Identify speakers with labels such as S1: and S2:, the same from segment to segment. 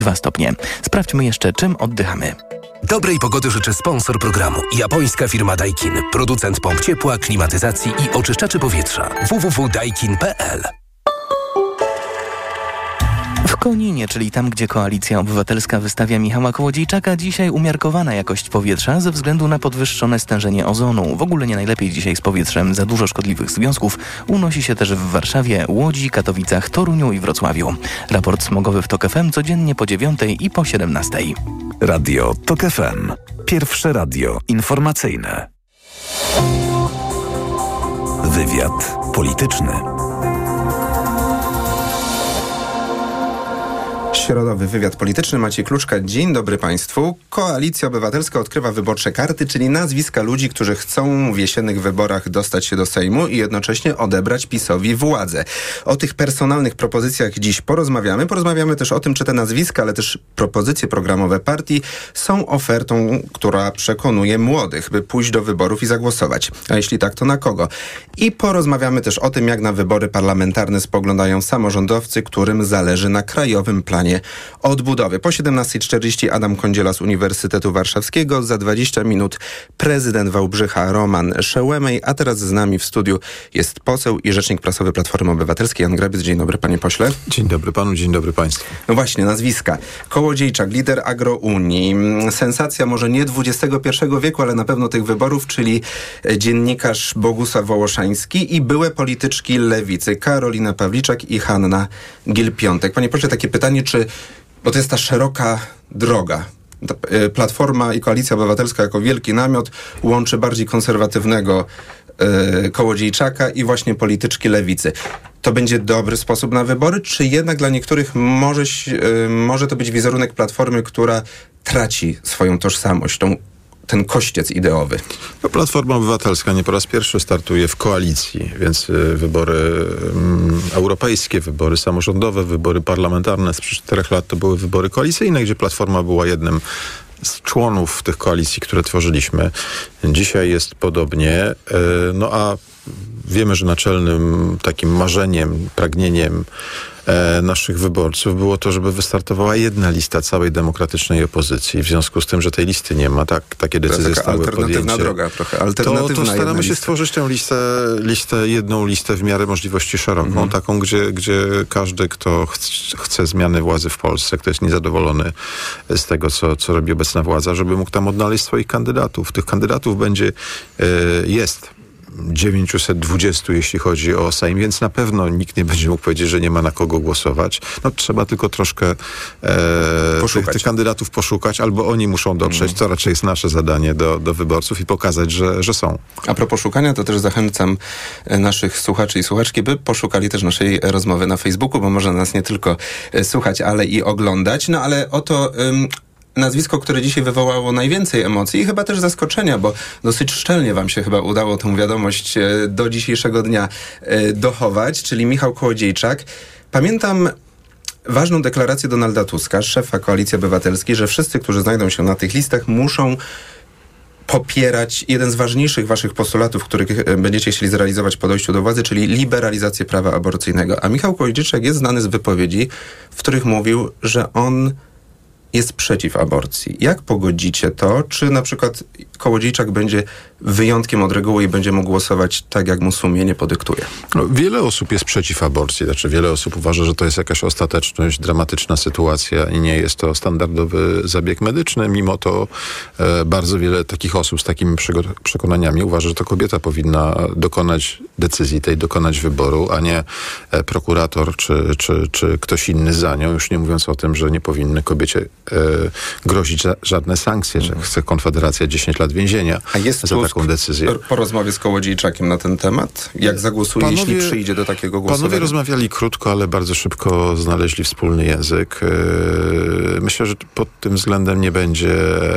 S1: 2 stopnie. Sprawdźmy jeszcze, czym oddychamy.
S2: Dobrej pogody życzy sponsor programu. Japońska firma Daikin. Producent pomp ciepła, klimatyzacji i oczyszczaczy powietrza. www.daikin.pl.
S1: W Koninie, czyli tam, gdzie Koalicja Obywatelska wystawia Michała Kołodziejczaka, dzisiaj umiarkowana jakość powietrza ze względu na podwyższone stężenie ozonu. W ogóle nie najlepiej dzisiaj z powietrzem, za dużo szkodliwych związków unosi się też w Warszawie, Łodzi, Katowicach, Toruniu i Wrocławiu. Raport smogowy w TOK FM codziennie po 9 i po 17.
S3: Radio TOK FM. Pierwsze radio informacyjne. Wywiad polityczny.
S4: Środowy wywiad polityczny. Maciej Kluczka. Dzień dobry Państwu. Koalicja Obywatelska odkrywa wyborcze karty, czyli nazwiska ludzi, którzy chcą w jesiennych wyborach dostać się do Sejmu i jednocześnie odebrać PiS-owi władzę. O tych personalnych propozycjach dziś porozmawiamy. Porozmawiamy też o tym, czy te nazwiska, ale też propozycje programowe partii są ofertą, która przekonuje młodych, by pójść do wyborów i zagłosować. A jeśli tak, to na kogo? I porozmawiamy też o tym, jak na wybory parlamentarne spoglądają samorządowcy, którym zależy na krajowym planie odbudowy. Po 17:40 Adam Kądziela z Uniwersytetu Warszawskiego, za 20 minut prezydent Wałbrzycha Roman Szełemej, a teraz z nami w studiu jest poseł i rzecznik prasowy Platformy Obywatelskiej Jan Grabiec. Dzień dobry panie pośle.
S5: Dzień dobry panu, dzień dobry państwu.
S4: No właśnie, nazwiska. Kołodziejczak, lider Agrounii, sensacja może nie XXI wieku, ale na pewno tych wyborów, czyli dziennikarz Bogusław Wołoszański i byłe polityczki Lewicy Karolina Pawliczak i Hanna Gill-Piątek. Panie pośle, takie pytanie, bo to jest ta szeroka droga. Platforma i Koalicja Obywatelska jako wielki namiot łączy bardziej konserwatywnego Kołodziejczaka i właśnie polityczki Lewicy. To będzie dobry sposób na wybory, czy jednak dla niektórych może to być wizerunek Platformy, która traci swoją tożsamość, ten kościec ideowy?
S5: No, Platforma Obywatelska nie po raz pierwszy startuje w koalicji, więc wybory europejskie, wybory samorządowe, wybory parlamentarne sprzed 4 lat to były wybory koalicyjne, gdzie Platforma była jednym z członów tych koalicji, które tworzyliśmy. Dzisiaj jest podobnie, a wiemy, że naczelnym takim marzeniem, pragnieniem naszych wyborców było to, żeby wystartowała jedna lista całej demokratycznej opozycji. W związku z tym, że tej listy nie ma, takie decyzje zostały podjęte.
S4: Alternatywna droga trochę. Alternatywna
S5: to staramy się stworzyć tę jedną listę w miarę możliwości szeroką, taką, gdzie każdy, kto chce zmiany władzy w Polsce, kto jest niezadowolony z tego, co robi obecna władza, żeby mógł tam odnaleźć swoich kandydatów. Tych kandydatów jest 920, jeśli chodzi o Sejm, więc na pewno nikt nie będzie mógł powiedzieć, że nie ma na kogo głosować. Trzeba tylko troszkę tych kandydatów poszukać, albo oni muszą dotrzeć, to raczej jest nasze zadanie do wyborców i pokazać, że są.
S4: A propos szukania, to też zachęcam naszych słuchaczy i słuchaczki, by poszukali też naszej rozmowy na Facebooku, bo można nas nie tylko słuchać, ale i oglądać. Ale oto nazwisko, które dzisiaj wywołało najwięcej emocji i chyba też zaskoczenia, bo dosyć szczelnie wam się chyba udało tę wiadomość do dzisiejszego dnia dochować, czyli Michał Kołodziejczak. Pamiętam ważną deklarację Donalda Tuska, szefa Koalicji Obywatelskiej, że wszyscy, którzy znajdą się na tych listach, muszą popierać jeden z ważniejszych waszych postulatów, których będziecie chcieli zrealizować po dojściu do władzy, czyli liberalizację prawa aborcyjnego. A Michał Kołodziejczak jest znany z wypowiedzi, w których mówił, że on jest przeciw aborcji. Jak pogodzicie to? Czy na przykład Kołodziejczak będzie wyjątkiem od reguły i będzie mógł głosować tak, jak mu sumienie podyktuje?
S5: Wiele osób jest przeciw aborcji. Wiele osób uważa, że to jest jakaś ostateczność, dramatyczna sytuacja i nie jest to standardowy zabieg medyczny. Mimo to bardzo wiele takich osób z takimi przekonaniami uważa, że to kobieta powinna dokonać decyzji tej, dokonać wyboru, a nie prokurator czy ktoś inny za nią. Już nie mówiąc o tym, że nie powinny kobiecie grozić żadne sankcje, że chce Konfederacja 10 lat więzienia za taką decyzję.
S4: Po rozmowie z Kołodziejczakiem na ten temat? Jak zagłosuje, jeśli przyjdzie do takiego głosowania?
S5: Panowie rozmawiali krótko, ale bardzo szybko znaleźli wspólny język. Myślę, że pod tym względem nie będzie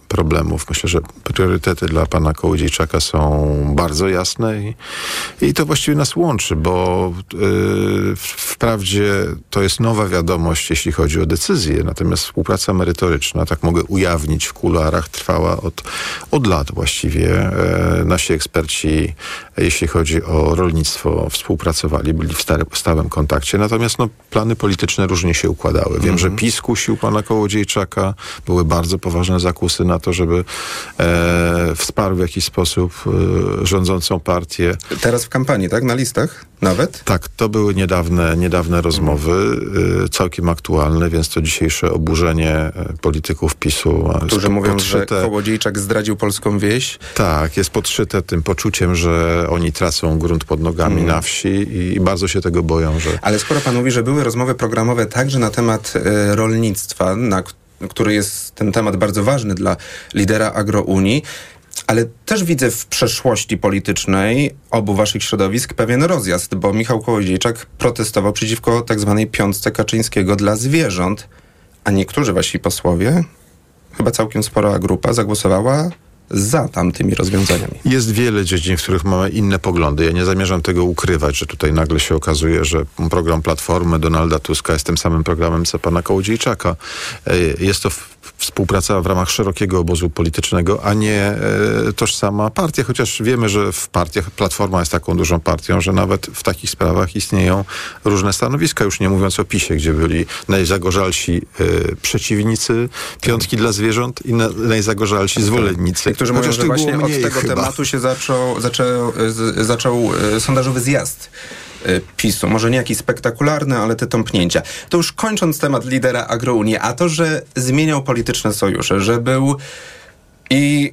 S5: problemów. Myślę, że priorytety dla pana Kołodziejczaka są bardzo jasne i to właściwie nas łączy, bo wprawdzie to jest nowa wiadomość, jeśli chodzi o decyzje, natomiast współpraca merytoryczna, tak mogę ujawnić, w kuluarach trwała od lat właściwie. Nasi eksperci, jeśli chodzi o rolnictwo, współpracowali, byli w stałym kontakcie, natomiast plany polityczne różnie się układały. Wiem, że PiS kusił pana Kołodziejczaka, były bardzo poważne zakusy na to, żeby wsparł w jakiś sposób rządzącą partię.
S4: Teraz w kampanii, tak? Na listach nawet?
S5: Tak, to były niedawne rozmowy, całkiem aktualne, więc to dzisiejsze oburzenie polityków PiS-u.
S4: Którzy mówią, że Kołodziejczak zdradził polską wieś.
S5: Tak, jest podszyte tym poczuciem, że oni tracą grunt pod nogami na wsi i bardzo się tego boją, że...
S4: Ale skoro pan mówi, że były rozmowy programowe także na temat rolnictwa, który jest ten temat bardzo ważny dla lidera Agrounii, ale też widzę w przeszłości politycznej obu waszych środowisk pewien rozjazd, bo Michał Kołodziejczak protestował przeciwko tak zwanej piątce Kaczyńskiego dla zwierząt, a niektórzy wasi posłowie, chyba całkiem spora grupa, zagłosowała za tamtymi rozwiązaniami.
S5: Jest wiele dziedzin, w których mamy inne poglądy. Ja nie zamierzam tego ukrywać, że tutaj nagle się okazuje, że program Platformy Donalda Tuska jest tym samym programem co pana Kołodziejczaka. Jest to współpraca w ramach szerokiego obozu politycznego, a nie tożsama partia, chociaż wiemy, że w partiach Platforma jest taką dużą partią, że nawet w takich sprawach istnieją różne stanowiska, już nie mówiąc o PiS-ie, gdzie byli najzagorzalsi przeciwnicy piątki dla zwierząt i najzagorzalsi zwolennicy.
S4: Którzy mówią, że właśnie od tego tematu się zaczął sondażowy zjazd PiS-u. Może nie jakiś spektakularny, ale te tąpnięcia. To już kończąc temat lidera Agrounii, a to, że zmieniał polityczne sojusze, że był i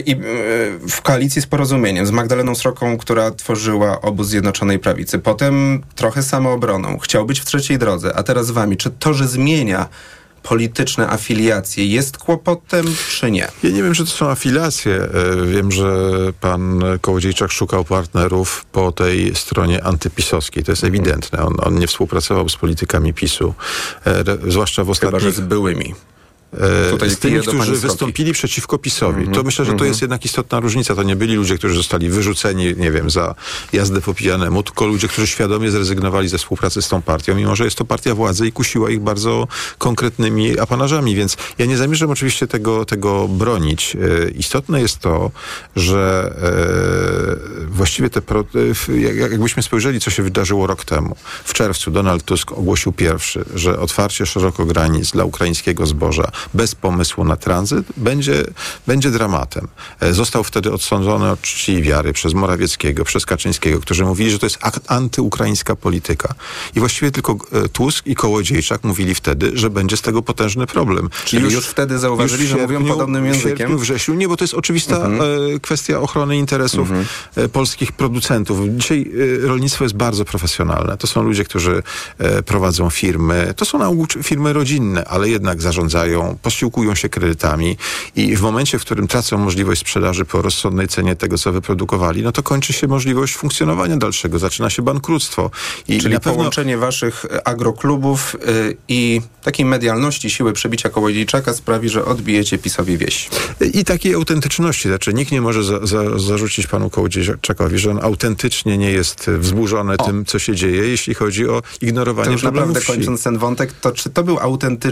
S4: w koalicji z Porozumieniem, z Magdaleną Sroką, która tworzyła obóz Zjednoczonej Prawicy, potem trochę Samoobroną, chciał być w trzeciej drodze, a teraz z wami. Czy to, że zmienia polityczne afiliacje jest kłopotem, czy nie?
S5: Ja nie wiem, czy to są afiliacje. Wiem, że pan Kołodziejczak szukał partnerów po tej stronie antypisowskiej. To jest ewidentne. On nie współpracował z politykami PiS-u. Zwłaszcza w ostatnich...
S4: Chyba, że z byłymi.
S5: Z tymi, którzy wystąpili przeciwko PiS-owi. To myślę, że to jest jednak istotna różnica. To nie byli ludzie, którzy zostali wyrzuceni, nie wiem, za jazdę po pijanemu, tylko ludzie, którzy świadomie zrezygnowali ze współpracy z tą partią, mimo że jest to partia władzy i kusiła ich bardzo konkretnymi apanażami. Więc ja nie zamierzam oczywiście tego bronić. Istotne jest to, że właściwie jakbyśmy spojrzeli, co się wydarzyło rok temu. W czerwcu Donald Tusk ogłosił pierwszy, że otwarcie szeroko granic dla ukraińskiego zboża bez pomysłu na tranzyt będzie dramatem. Został wtedy odsądzony od czci i wiary przez Morawieckiego, przez Kaczyńskiego, którzy mówili, że to jest antyukraińska polityka. I właściwie tylko Tusk i Kołodziejczak mówili wtedy, że będzie z tego potężny problem.
S4: Czyli już wtedy zauważyli, że mówią podobnym językiem?
S5: W sierpniu, wrześniu. Nie, bo to jest oczywista kwestia ochrony interesów polskich producentów. Dzisiaj rolnictwo jest bardzo profesjonalne. To są ludzie, którzy prowadzą firmy. To są na ogół firmy rodzinne, ale jednak zarządzają, posiłkują się kredytami i w momencie, w którym tracą możliwość sprzedaży po rozsądnej cenie tego, co wyprodukowali, no to kończy się możliwość funkcjonowania dalszego. Zaczyna się bankructwo.
S4: Czyli połączenie waszych agroklubów i takiej medialności, siły przebicia Kołodziejczaka sprawi, że odbijecie PiS-owi wieś.
S5: I takiej autentyczności. Znaczy nikt nie może zarzucić panu Kołodziejczakowi, że on autentycznie nie jest wzburzony tym, co się dzieje, jeśli chodzi o ignorowanie
S4: to już
S5: problemów
S4: naprawdę
S5: wsi.
S4: Kończąc ten wątek, to czy to był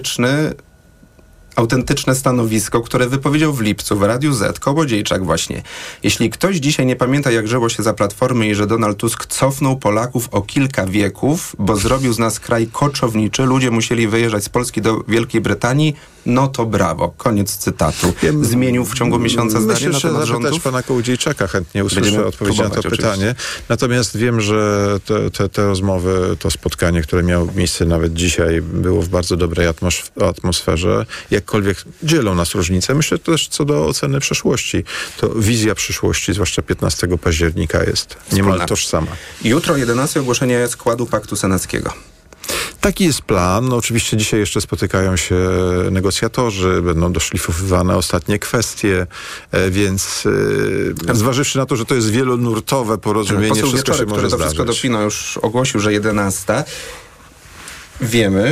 S4: autentyczne stanowisko, które wypowiedział w lipcu w Radiu Z Kołodziejczak właśnie. Jeśli ktoś dzisiaj nie pamięta, jak żyło się za Platformy i że Donald Tusk cofnął Polaków o kilka wieków, bo zrobił z nas kraj koczowniczy, ludzie musieli wyjeżdżać z Polski do Wielkiej Brytanii, no to brawo. Koniec cytatu. Zmienił w ciągu miesiąca zdanie na temat rządów?
S5: Myślę, że pana Kołodziejczaka chętnie usłyszę odpowiedź na to pytanie. Natomiast wiem, że te rozmowy, to spotkanie, które miało miejsce nawet dzisiaj, było w bardzo dobrej atmosferze. Jakkolwiek dzielą nas różnice, myślę też co do oceny przeszłości. To wizja przyszłości, zwłaszcza 15 października jest niemal tożsama.
S4: Jutro 11 ogłoszenie składu Paktu Senackiego.
S5: Taki jest plan. No, oczywiście dzisiaj jeszcze spotykają się negocjatorzy, będą doszlifowywane ostatnie kwestie, więc zważywszy na to, że to jest wielonurtowe porozumienie,
S4: poseł
S5: wszystko
S4: Wieczorek,
S5: się może
S4: który to
S5: zdarzyć.
S4: wszystko dopina, już ogłosił, że 11. Wiemy,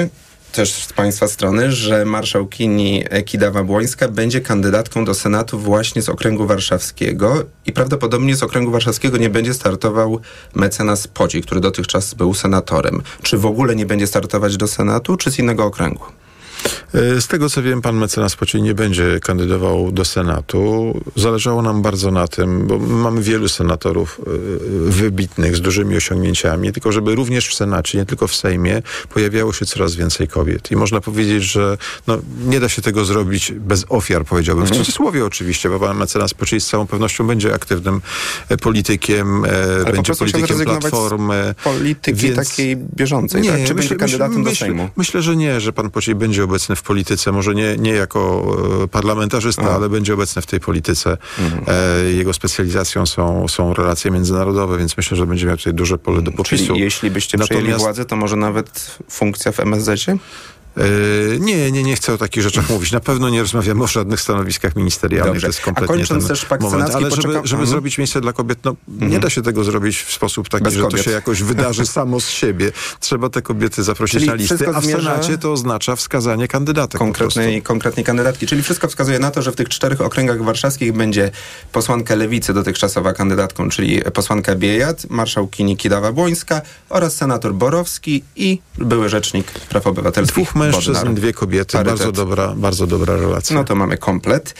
S4: też z państwa strony, że marszałkini Kidawa-Błońska będzie kandydatką do Senatu właśnie z okręgu warszawskiego i prawdopodobnie z okręgu warszawskiego nie będzie startował mecenas Pociej, który dotychczas był senatorem. Czy w ogóle nie będzie startować do Senatu, czy z innego okręgu?
S5: Z tego co wiem, pan mecenas Pociej nie będzie kandydował do Senatu. Zależało nam bardzo na tym, bo mamy wielu senatorów wybitnych, z dużymi osiągnięciami, tylko żeby również w Senacie, nie tylko w Sejmie, pojawiało się coraz więcej kobiet. I można powiedzieć, że nie da się tego zrobić bez ofiar, powiedziałbym. W cudzysłowie oczywiście, bo pan mecenas Pociej z całą pewnością będzie aktywnym politykiem,
S4: ale
S5: będzie politykiem Platformy.
S4: Polityki takiej bieżącej,
S5: nie,
S4: tak? Czy będzie kandydatem do Sejmu?
S5: Myślę, że nie, że pan Pociej będzie obecny w polityce, może nie jako parlamentarzysta, ale będzie obecny w tej polityce. Jego specjalizacją są relacje międzynarodowe, więc myślę, że będzie miał tutaj duże pole do popisu.
S4: Czyli jeśli byście przejęli władzę, to może nawet funkcja w MSZ-cie?
S5: Nie chcę o takich rzeczach mówić. Na pewno nie rozmawiamy o żadnych stanowiskach ministerialnych.
S4: Dobrze.
S5: To jest kompletnie ten
S4: też pakt
S5: moment.
S4: senacki,
S5: ale żeby zrobić miejsce dla kobiet, nie da się tego zrobić w sposób taki, że to się jakoś wydarzy samo z siebie. Trzeba te kobiety zaprosić na listy, a w Senacie to oznacza wskazanie kandydatek.
S4: Konkretnej kandydatki. Czyli wszystko wskazuje na to, że w tych 4 okręgach warszawskich będzie posłanka Lewicy, dotychczasowa kandydatką, czyli posłanka Biejat, marszałkini Kidawa-Błońska oraz senator Borowski i były rzecznik praw obywatelskich.
S5: 2 mężczyzn, 2 kobiety. Bardzo dobra relacja.
S4: No to mamy komplet.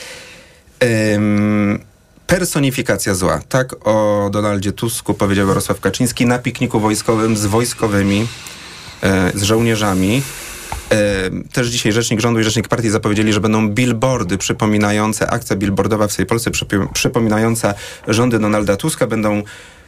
S4: Personifikacja zła. Tak o Donaldzie Tusku powiedział Jarosław Kaczyński na pikniku wojskowym z wojskowymi, z żołnierzami. Też dzisiaj rzecznik rządu i rzecznik partii zapowiedzieli, że będą billboardy przypominające, akcja billboardowa w całej Polsce przypominająca rządy Donalda Tuska. Będą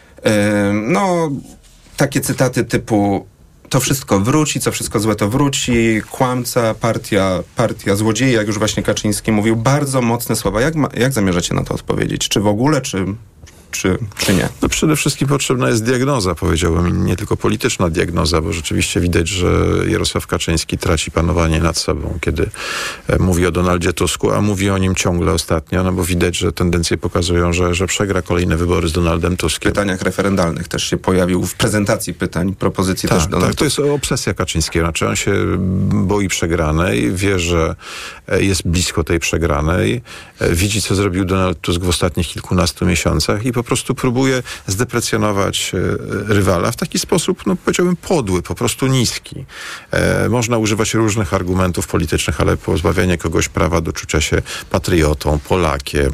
S4: takie cytaty typu: to wszystko wróci, co wszystko złe to wróci, kłamca, partia złodziei, jak już właśnie Kaczyński mówił. Bardzo mocne słowa. Jak zamierzacie na to odpowiedzieć? Czy w ogóle, czy nie?
S5: No przede wszystkim potrzebna jest diagnoza, powiedziałbym, nie tylko polityczna diagnoza, bo rzeczywiście widać, że Jarosław Kaczyński traci panowanie nad sobą, kiedy mówi o Donaldzie Tusku, a mówi o nim ciągle ostatnio, bo widać, że tendencje pokazują, że przegra kolejne wybory z Donaldem Tuskiem.
S4: W pytaniach referendalnych też się pojawił, w prezentacji pytań, propozycji też Donald Tusk.
S5: To jest obsesja Kaczyńskiego. Znaczy on się boi przegranej, wie, że jest blisko tej przegranej, widzi, co zrobił Donald Tusk w ostatnich kilkunastu miesiącach i po prostu próbuje zdeprecjonować rywala w taki sposób, powiedziałbym, podły, po prostu niski. Można używać różnych argumentów politycznych, ale pozbawianie kogoś prawa do czucia się patriotą, Polakiem,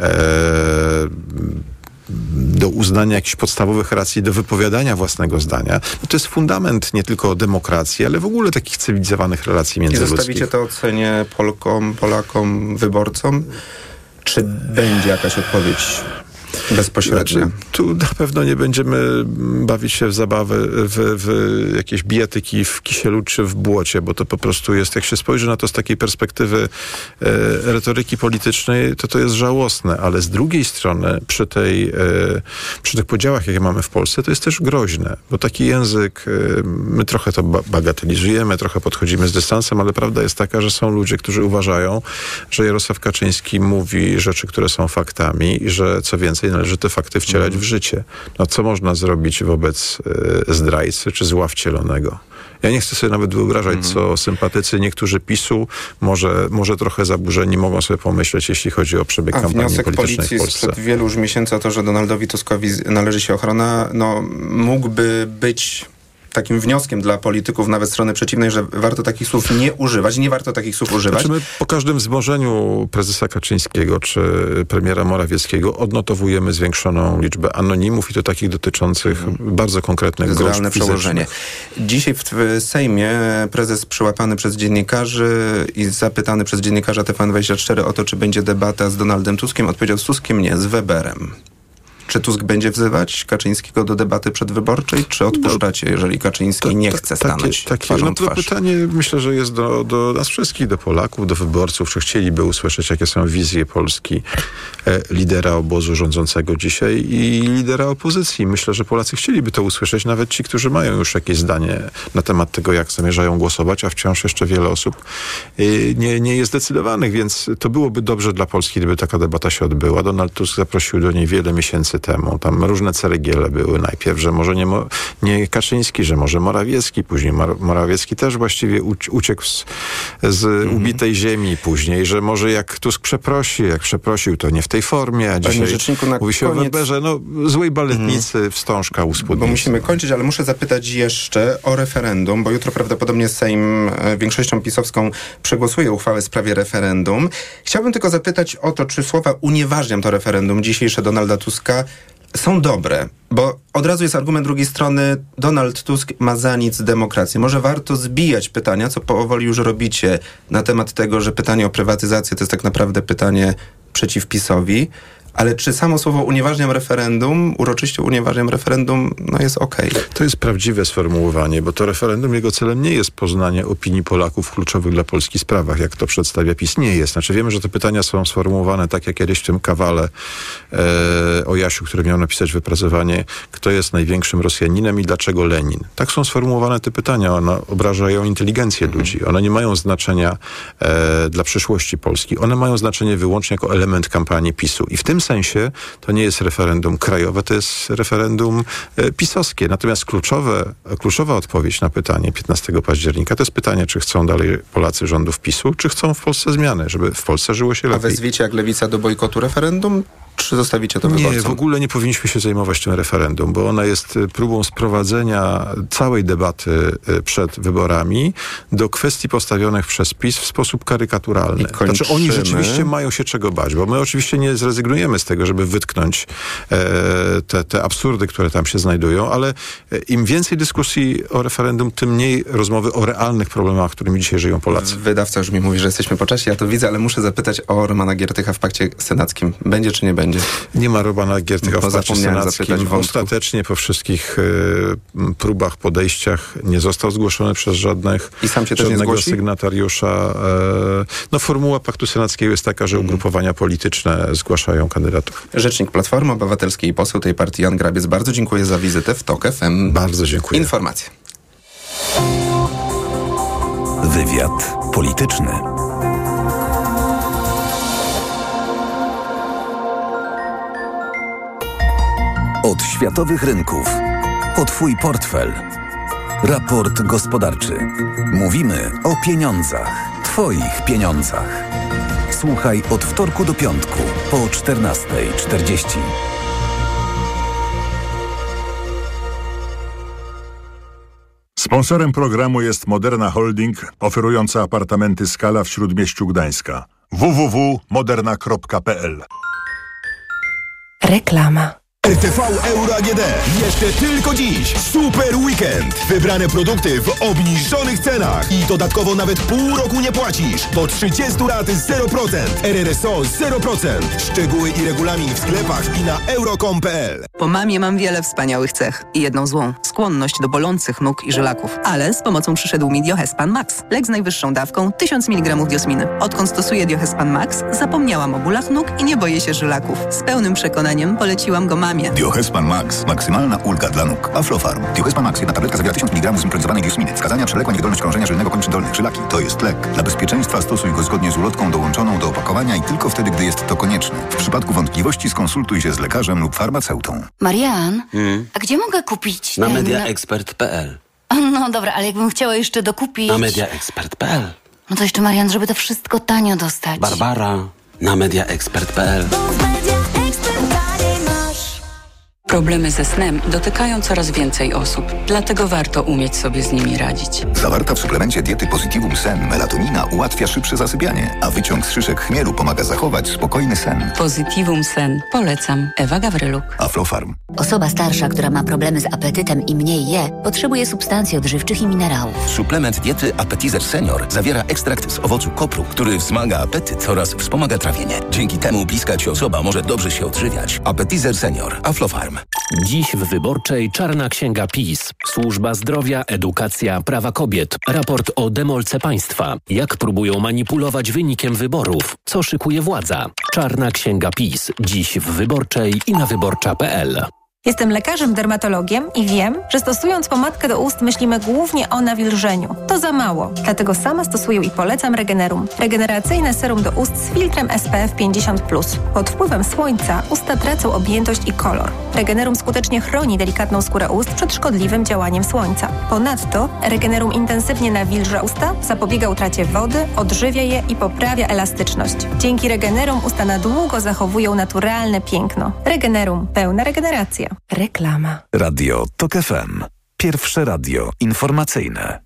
S5: do uznania jakichś podstawowych racji, do wypowiadania własnego zdania, to jest fundament nie tylko demokracji, ale w ogóle takich cywilizowanych relacji międzyludzkich.
S4: I zostawicie to ocenie Polkom, Polakom, wyborcom? Czy będzie jakaś odpowiedź bezpośrednia?
S5: Tu na pewno nie będziemy bawić się w zabawy, w jakieś bijatyki w kisielu czy w błocie, bo to po prostu jest, jak się spojrzy na to z takiej perspektywy retoryki politycznej, to jest żałosne, ale z drugiej strony przy tych podziałach, jakie mamy w Polsce, to jest też groźne, bo taki język, my trochę to bagatelizujemy, trochę podchodzimy z dystansem, ale prawda jest taka, że są ludzie, którzy uważają, że Jarosław Kaczyński mówi rzeczy, które są faktami i że co więcej, należy te fakty wcielać w życie. Co można zrobić wobec zdrajcy czy zła wcielonego? Ja nie chcę sobie nawet wyobrażać, co sympatycy niektórzy PiS-u, może trochę zaburzeni, mogą sobie pomyśleć, jeśli chodzi o przebieg kampanii politycznej w Polsce.
S4: Sprzed wielu już miesięcy o to, że Donaldowi Tuskowi należy się ochrona, mógłby być takim wnioskiem dla polityków nawet strony przeciwnej, że warto takich słów nie używać. Nie warto takich słów używać.
S5: Znaczy my po każdym wzmożeniu prezesa Kaczyńskiego czy premiera Morawieckiego odnotowujemy zwiększoną liczbę anonimów i to takich dotyczących bardzo konkretnych grup
S4: realne przełożenie. Dzisiaj w Sejmie prezes przyłapany przez dziennikarzy i zapytany przez dziennikarza TVN24 o to, czy będzie debata z Donaldem Tuskiem, odpowiedział: z Tuskiem nie, z Weberem. Czy Tusk będzie wzywać Kaczyńskiego do debaty przedwyborczej, czy odpuszczacie, jeżeli Kaczyński nie chce stanąć twarzą w twarz?
S5: Pytanie, myślę, że jest do nas wszystkich, do Polaków, do wyborców, czy chcieliby usłyszeć, jakie są wizje Polski lidera obozu rządzącego dzisiaj i lidera opozycji. Myślę, że Polacy chcieliby to usłyszeć, nawet ci, którzy mają już jakieś zdanie na temat tego, jak zamierzają głosować, a wciąż jeszcze wiele osób nie jest zdecydowanych, więc to byłoby dobrze dla Polski, gdyby taka debata się odbyła. Donald Tusk zaprosił do niej wiele miesięcy miesięcy temu. Tam różne ceregiele były najpierw, że może nie Kaczyński, że może Morawiecki. Później Morawiecki też właściwie uciekł z ubitej ziemi. Później, że może jak Tusk jak przeprosił, to nie w tej formie, a dzisiaj mówi się o Weberze. No, złej baletnicy wstążka u spódnicy.
S4: Bo musimy kończyć, ale muszę zapytać jeszcze o referendum, bo jutro prawdopodobnie Sejm większością pisowską przegłosuje uchwałę w sprawie referendum. Chciałbym tylko zapytać o to, czy słowa unieważniam to referendum dzisiejsze Donalda Tuska są dobre, bo od razu jest argument drugiej strony, Donald Tusk ma za nic demokrację. Może warto zbijać pytania, co powoli już robicie, na temat tego, że pytanie o prywatyzację to jest tak naprawdę pytanie przeciw PiS-owi, ale czy samo słowo unieważniam referendum, uroczyście unieważniam referendum, no jest okej.
S5: To jest prawdziwe sformułowanie, bo to referendum, jego celem nie jest poznanie opinii Polaków w kluczowych dla Polski sprawach, jak to przedstawia PiS. Nie jest. Znaczy wiemy, że te pytania są sformułowane tak jak kiedyś w tym kawale o Jasiu, który miał napisać wypracowanie, kto jest największym Rosjaninem i dlaczego Lenin. Tak są sformułowane te pytania. One obrażają inteligencję ludzi. One nie mają znaczenia dla przyszłości Polski. One mają znaczenie wyłącznie jako element kampanii PiS-u. I w tym sensie to nie jest referendum krajowe, to jest referendum pisowskie. Natomiast kluczowa odpowiedź na pytanie 15 października to jest pytanie, czy chcą dalej Polacy rządów PiS-u, czy chcą w Polsce zmiany, żeby w Polsce żyło się lepiej.
S4: A wezwiecie jak Lewica do bojkotu referendum? Czy zostawicie to wyborcom?
S5: Nie, w ogóle nie powinniśmy się zajmować tym referendum, bo ona jest próbą sprowadzenia całej debaty przed wyborami do kwestii postawionych przez PiS w sposób karykaturalny. Znaczy oni rzeczywiście mają się czego bać, bo my oczywiście nie zrezygnujemy z tego, żeby wytknąć te absurdy, które tam się znajdują, ale im więcej dyskusji o referendum, tym mniej rozmowy o realnych problemach, którymi dzisiaj żyją Polacy.
S4: Wydawca już mi mówi, że jesteśmy po czasie, ja to widzę, ale muszę zapytać o Romana Giertycha w pakcie senackim. Będzie czy nie będzie?
S5: Nie ma Romana Giertycha w pakcie senackim. Ostatecznie po wszystkich próbach, podejściach nie został zgłoszony przez żadnego sygnatariusza. Formuła paktu senackiego jest taka, że ugrupowania polityczne zgłaszają kandydatów.
S4: Rzecznik Platformy Obywatelskiej i poseł tej partii Jan Grabiec. Bardzo dziękuję za wizytę w TOK FM.
S5: Bardzo dziękuję.
S4: Informacje.
S3: Wywiad polityczny. Od światowych rynków. O Twój portfel. Raport gospodarczy. Mówimy o pieniądzach. Twoich pieniądzach. Słuchaj od wtorku do piątku po 14:40.
S6: Sponsorem programu jest Moderna Holding, oferująca apartamenty Skala w Śródmieściu Gdańska. www.moderna.pl.
S7: Reklama.
S8: RTV Euro AGD. Jeszcze tylko dziś. Super weekend. Wybrane produkty w obniżonych cenach. I dodatkowo nawet pół roku nie płacisz. Do 30 lat 0%. RRSO 0%. Szczegóły i regulamin w sklepach i na euro.com.pl.
S9: Po mamie mam wiele wspaniałych cech i jedną złą. Skłonność do bolących nóg i żylaków. Ale z pomocą przyszedł mi Diohespan Max. Lek z najwyższą dawką 1000 mg diosminy. Odkąd stosuję Diohespan Max, zapomniałam o bólach nóg i nie boję się żylaków. Z pełnym przekonaniem poleciłam go mamie.
S10: Diohespan Max. Maksymalna ulga dla nóg. Aflofarm. Diohespan Max. Jedna tabletka zawiera 1000 mg zimpronizowanej diosminy. Wskazania: przewlekła niewydolność krążenia żylnego kończyn dolnych. Żylaki. To jest lek. Dla bezpieczeństwa stosuj go zgodnie z ulotką dołączoną do opakowania i tylko wtedy, gdy jest to konieczne. W przypadku wątpliwości skonsultuj się z lekarzem lub farmaceutą.
S11: Marian, a gdzie mogę kupić
S12: Na mediaexpert.pl.
S11: No dobra, ale jakbym chciała jeszcze dokupić...
S12: Na mediaexpert.pl.
S11: No to jeszcze, Marian, żeby to wszystko tanio dostać.
S12: Barbara. Na mediaexpert.pl.
S13: Problemy ze snem dotykają coraz więcej osób, dlatego warto umieć sobie z nimi radzić.
S10: Zawarta w suplemencie diety Positivum Sen melatonina ułatwia szybsze zasypianie, a wyciąg z szyszek chmielu pomaga zachować spokojny sen.
S13: Positivum Sen. Polecam. Ewa Gawryluk.
S10: Aflofarm.
S11: Osoba starsza, która ma problemy z apetytem i mniej je, potrzebuje substancji odżywczych i minerałów.
S2: Suplement diety Appetizer Senior zawiera ekstrakt z owocu kopru, który wzmaga apetyt oraz wspomaga trawienie. Dzięki temu bliska ci osoba może dobrze się odżywiać. Appetizer Senior. Aflofarm.
S14: Dziś w Wyborczej Czarna Księga PiS. Służba zdrowia, edukacja, prawa kobiet. Raport o demolce państwa. Jak próbują manipulować wynikiem wyborów. Co szykuje władza. Czarna Księga PiS. Dziś w Wyborczej i na wyborcza.pl.
S7: Jestem lekarzem dermatologiem i wiem, że stosując pomadkę do ust myślimy głównie o nawilżeniu. To za mało, dlatego sama stosuję i polecam Regenerum. Regeneracyjne serum do ust z filtrem SPF 50+. Pod wpływem słońca usta tracą objętość i kolor. Regenerum skutecznie chroni delikatną skórę ust przed szkodliwym działaniem słońca. Ponadto Regenerum intensywnie nawilża usta, zapobiega utracie wody, odżywia je i poprawia elastyczność. Dzięki Regenerum usta na długo zachowują naturalne piękno. Regenerum. Pełna regeneracja. Reklama.
S3: Radio TOK FM. Pierwsze radio informacyjne.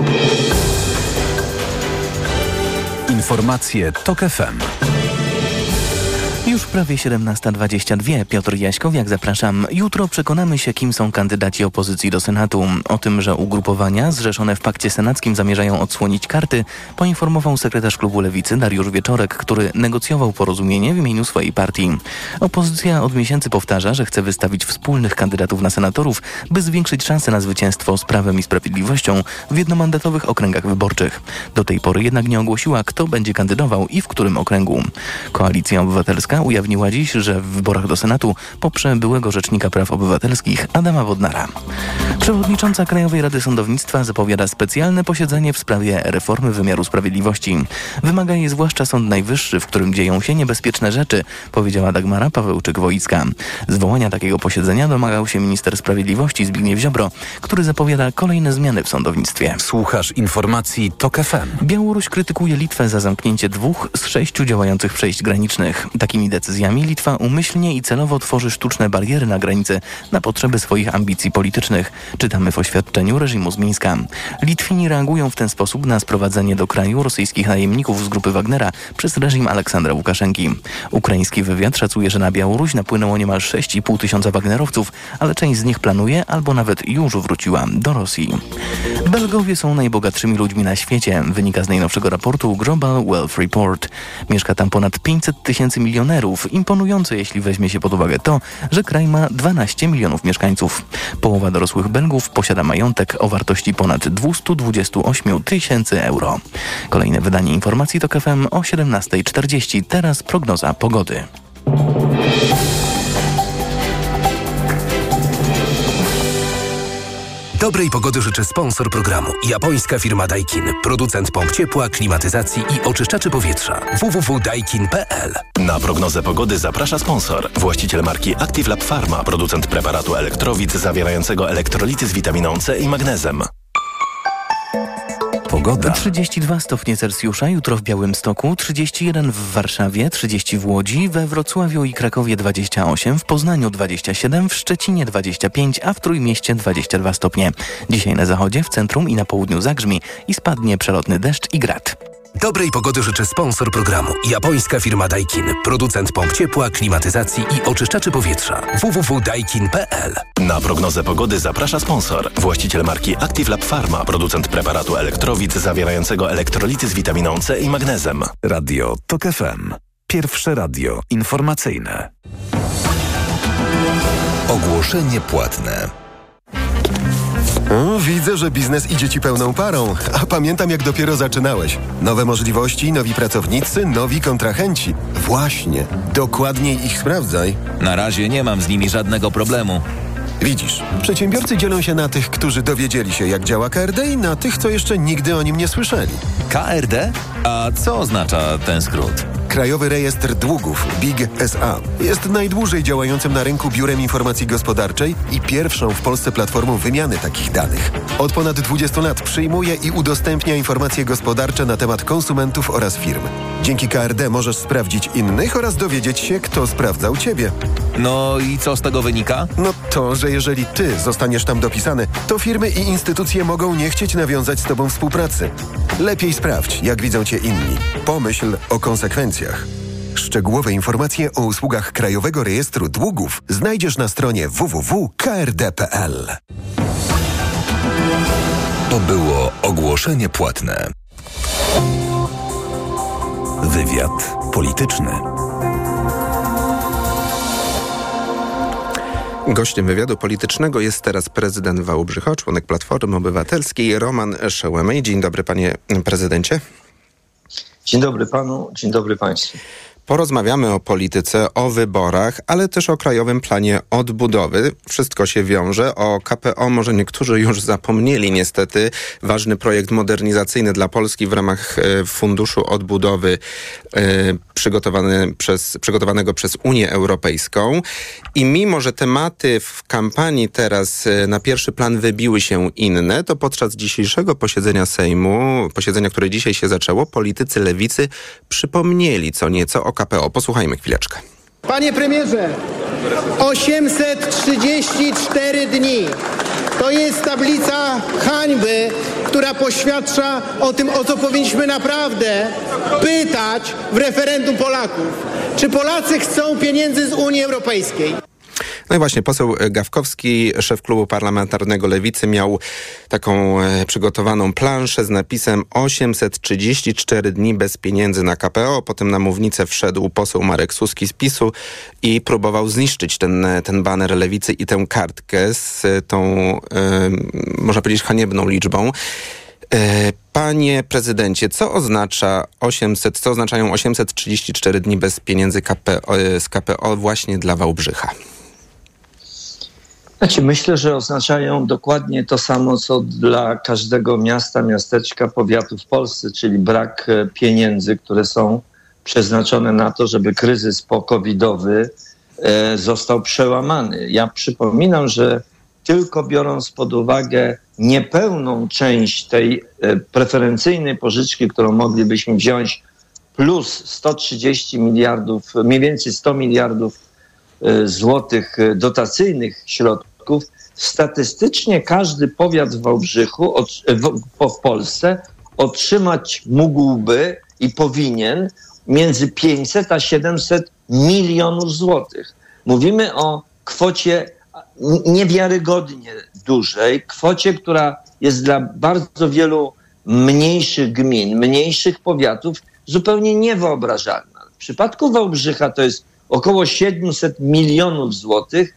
S3: Informacje TOK FM.
S1: Już prawie 17:22. Piotr Jaśkowiak, zapraszam. Jutro przekonamy się, kim są kandydaci opozycji do Senatu. O tym, że ugrupowania zrzeszone w pakcie senackim zamierzają odsłonić karty, poinformował sekretarz klubu Lewicy Dariusz Wieczorek, który negocjował porozumienie w imieniu swojej partii. Opozycja od miesięcy powtarza, że chce wystawić wspólnych kandydatów na senatorów, by zwiększyć szanse na zwycięstwo z Prawem i Sprawiedliwością w jednomandatowych okręgach wyborczych. Do tej pory jednak nie ogłosiła, kto będzie kandydował i w którym okręgu. Koalicja Obywatelska ujawniła dziś, że w wyborach do Senatu poprze byłego rzecznika praw obywatelskich Adama Bodnara. Przewodnicząca Krajowej Rady Sądownictwa zapowiada specjalne posiedzenie w sprawie reformy wymiaru sprawiedliwości. Wymaga jej zwłaszcza Sąd Najwyższy, w którym dzieją się niebezpieczne rzeczy, powiedziała Dagmara Pawełczyk-Woicka. Zwołania takiego posiedzenia domagał się minister sprawiedliwości Zbigniew Ziobro, który zapowiada kolejne zmiany w sądownictwie.
S3: Słuchasz informacji TOK FM.
S1: Białoruś krytykuje Litwę za zamknięcie 2 z 6 działających przejść granicznych. Takimi decyzjami Litwa umyślnie i celowo tworzy sztuczne bariery na granicy na potrzeby swoich ambicji politycznych. Czytamy w oświadczeniu reżimu z Mińska. Litwini reagują w ten sposób na sprowadzenie do kraju rosyjskich najemników z grupy Wagnera przez reżim Aleksandra Łukaszenki. Ukraiński wywiad szacuje, że na Białoruś napłynęło niemal 6,5 tysiąca wagnerowców, ale część z nich planuje albo nawet już wróciła do Rosji. Belgowie są najbogatszymi ludźmi na świecie, wynika z najnowszego raportu Global Wealth Report. Mieszka tam ponad 500 tysięcy milionerów, imponujące jeśli weźmie się pod uwagę to, że kraj ma 12 milionów mieszkańców. Połowa dorosłych Belgów posiada majątek o wartości ponad 228 tysięcy euro. Kolejne wydanie informacji TOK FM o 17:40. Teraz prognoza pogody.
S15: Dobrej pogody życzy sponsor programu. Japońska firma Daikin. Producent pomp ciepła, klimatyzacji i oczyszczaczy powietrza. www.daikin.pl.
S16: Na prognozę pogody zaprasza sponsor. Właściciel marki Active Lab Pharma. Producent preparatu Elektrowid zawierającego elektrolity z witaminą C i magnezem.
S3: Pogoda.
S1: 32 stopnie Celsjusza, jutro w Białymstoku, 31 w Warszawie, 30 w Łodzi, we Wrocławiu i Krakowie 28, w Poznaniu 27, w Szczecinie 25, a w Trójmieście 22 stopnie. Dzisiaj na zachodzie, w centrum i na południu zagrzmi i spadnie przelotny deszcz i grad.
S15: Dobrej pogody życzy sponsor programu. Japońska firma Daikin. Producent pomp ciepła, klimatyzacji i oczyszczaczy powietrza. www.daikin.pl.
S16: Na prognozę pogody zaprasza sponsor. Właściciel marki Active Lab Pharma. Producent preparatu Elektrowid zawierającego elektrolity z witaminą C i magnezem.
S3: Radio TOK FM. Pierwsze radio informacyjne.
S8: Ogłoszenie płatne. Widzę, że biznes idzie Ci pełną parą, a pamiętam, jak dopiero zaczynałeś. Nowe możliwości, nowi pracownicy, nowi kontrahenci. Właśnie, dokładniej ich sprawdzaj.
S17: Na razie nie mam z nimi żadnego problemu.
S8: Widzisz, przedsiębiorcy dzielą się na tych, którzy dowiedzieli się, jak działa KRD, i na tych, co jeszcze nigdy o nim nie słyszeli.
S17: KRD? A co oznacza ten skrót?
S8: Krajowy Rejestr Długów, BIG SA, jest najdłużej działającym na rynku biurem informacji gospodarczej i pierwszą w Polsce platformą wymiany takich danych. Od ponad 20 lat przyjmuje i udostępnia informacje gospodarcze na temat konsumentów oraz firm. Dzięki KRD możesz sprawdzić innych oraz dowiedzieć się, kto sprawdzał Ciebie.
S17: No i co z tego wynika?
S8: No to, że jeżeli Ty zostaniesz tam dopisany, to firmy i instytucje mogą nie chcieć nawiązać z Tobą współpracy. Lepiej sprawdź, jak widzą Cię inni. Pomyśl o konsekwencjach. Szczegółowe informacje o usługach Krajowego Rejestru Długów znajdziesz na stronie www.krd.pl.
S3: To było ogłoszenie płatne. Wywiad polityczny.
S4: Gościem wywiadu politycznego jest teraz prezydent Wałbrzycha, członek Platformy Obywatelskiej, Roman Szełemej. Dzień dobry, panie prezydencie.
S18: Dzień dobry panu, dzień dobry państwu.
S4: Porozmawiamy o polityce, o wyborach, ale też o Krajowym Planie Odbudowy. Wszystko się wiąże. O KPO może niektórzy już zapomnieli niestety. Ważny projekt modernizacyjny dla Polski w ramach Funduszu Odbudowy przygotowanego przez Unię Europejską. I mimo, że tematy w kampanii teraz na pierwszy plan wybiły się inne, to podczas dzisiejszego posiedzenia Sejmu, posiedzenia, które dzisiaj się zaczęło, politycy lewicy przypomnieli co nieco o KPO. Posłuchajmy chwileczkę.
S18: Panie premierze, 834 dni to jest tablica hańby, która poświadcza o tym, o co powinniśmy naprawdę pytać w referendum Polaków. Czy Polacy chcą pieniędzy z Unii Europejskiej?
S4: No i właśnie poseł Gawkowski, szef klubu parlamentarnego Lewicy, miał taką przygotowaną planszę z napisem 834 dni bez pieniędzy na KPO. Potem na mównicę wszedł poseł Marek Suski z PiS-u i próbował zniszczyć ten baner Lewicy i tę kartkę z tą, można powiedzieć, haniebną liczbą. Panie prezydencie, co oznaczają 834 dni bez pieniędzy z KPO właśnie dla Wałbrzycha?
S19: Myślę, że oznaczają dokładnie to samo, co dla każdego miasta, miasteczka, powiatu w Polsce, czyli brak pieniędzy, które są przeznaczone na to, żeby kryzys po-covidowy został przełamany. Ja przypominam, że tylko biorąc pod uwagę niepełną część tej preferencyjnej pożyczki, którą moglibyśmy wziąć, plus 130 miliardów, mniej więcej 100 miliardów złotych dotacyjnych środków, statystycznie każdy powiat w Wałbrzychu, w Polsce otrzymać mógłby i powinien między 500 a 700 milionów złotych. Mówimy o kwocie niewiarygodnie dużej, kwocie, która jest dla bardzo wielu mniejszych gmin, mniejszych powiatów zupełnie niewyobrażalna. W przypadku Wałbrzycha to jest około 700 milionów złotych,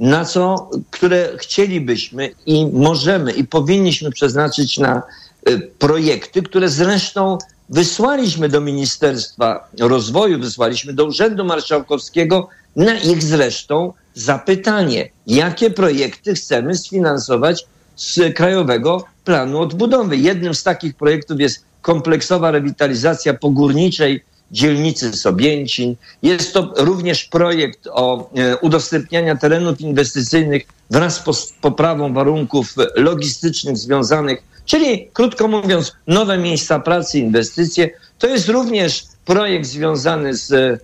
S19: które chcielibyśmy i możemy i powinniśmy przeznaczyć na projekty, które zresztą wysłaliśmy do Ministerstwa Rozwoju, wysłaliśmy do Urzędu Marszałkowskiego na ich zresztą zapytanie, jakie projekty chcemy sfinansować z Krajowego Planu Odbudowy. Jednym z takich projektów jest kompleksowa rewitalizacja pogórniczej dzielnicy Sobięcin. Jest to również projekt o udostępniania terenów inwestycyjnych wraz z poprawą warunków logistycznych związanych, czyli krótko mówiąc nowe miejsca pracy, inwestycje. To jest również projekt związany z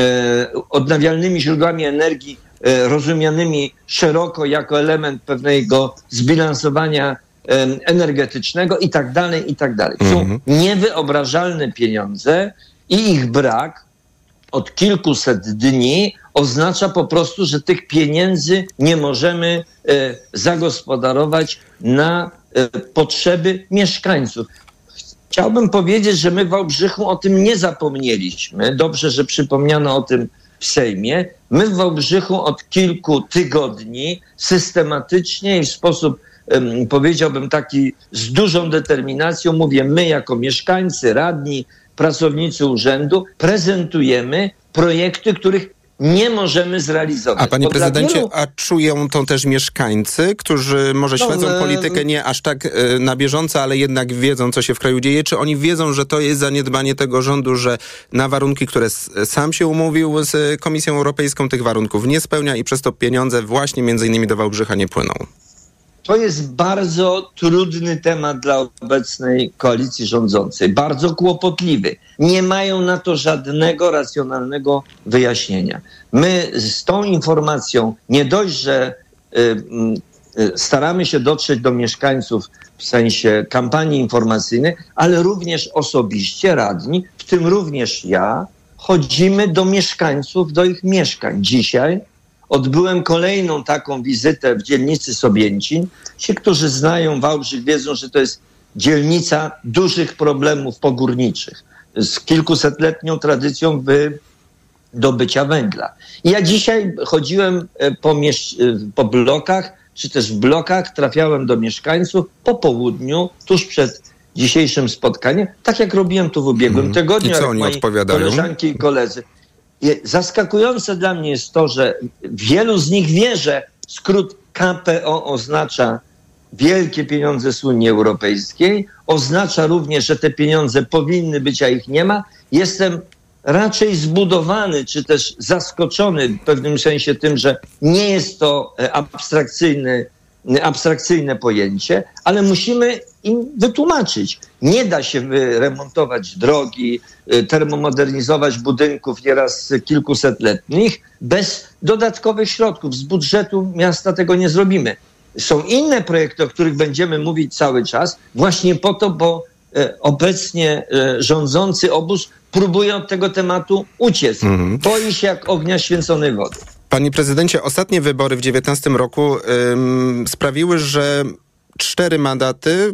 S19: odnawialnymi źródłami energii, rozumianymi szeroko jako element pewnego zbilansowania energetycznego i tak dalej, i tak dalej. Są niewyobrażalne pieniądze i ich brak od kilkuset dni oznacza po prostu, że tych pieniędzy nie możemy zagospodarować na potrzeby mieszkańców. Chciałbym powiedzieć, że my w Wałbrzychu o tym nie zapomnieliśmy. Dobrze, że przypomniano o tym w Sejmie. My w Wałbrzychu od kilku tygodni systematycznie i w sposób, powiedziałbym, taki z dużą determinacją, mówię my jako mieszkańcy, radni, pracownicy urzędu, prezentujemy projekty, których nie możemy zrealizować.
S4: A panie prezydencie, a czują to też mieszkańcy, którzy może śledzą politykę nie aż tak na bieżąco, ale jednak wiedzą, co się w kraju dzieje? Czy oni wiedzą, że to jest zaniedbanie tego rządu, że na warunki, które sam się umówił z Komisją Europejską, tych warunków nie spełnia i przez to pieniądze właśnie między innymi do Wałbrzycha nie płyną?
S19: To jest bardzo trudny temat dla obecnej koalicji rządzącej, bardzo kłopotliwy. Nie mają na to żadnego racjonalnego wyjaśnienia. My z tą informacją nie dość, że staramy się dotrzeć do mieszkańców w sensie kampanii informacyjnej, ale również osobiście radni, w tym również ja, chodzimy do mieszkańców, do ich mieszkań. Dzisiaj odbyłem kolejną taką wizytę w dzielnicy Sobięcin. Ci, którzy znają Wałbrzych, wiedzą, że to jest dzielnica dużych problemów pogórniczych z kilkusetletnią tradycją wydobycia węgla. I ja dzisiaj chodziłem po blokach, czy też w blokach, trafiałem do mieszkańców po południu, tuż przed dzisiejszym spotkaniem, tak jak robiłem tu w ubiegłym tygodniu,
S4: I co
S19: jak
S4: oni
S19: moi
S4: odpowiadają?
S19: koleżanki i koledzy. Zaskakujące dla mnie jest to, że wielu z nich wie, że skrót KPO oznacza wielkie pieniądze z Unii Europejskiej, oznacza również, że te pieniądze powinny być, a ich nie ma. Jestem raczej zbudowany, czy też zaskoczony w pewnym sensie tym, że nie jest to abstrakcyjne pojęcie, ale musimy im wytłumaczyć. Nie da się remontować drogi, termomodernizować budynków nieraz kilkusetletnich bez dodatkowych środków. Z budżetu miasta tego nie zrobimy. Są inne projekty, o których będziemy mówić cały czas, właśnie po to, bo obecnie rządzący obóz próbuje od tego tematu uciec. Boi się jak ognia święconej wody.
S4: Panie prezydencie, ostatnie wybory w 2019 roku sprawiły, że 4 mandaty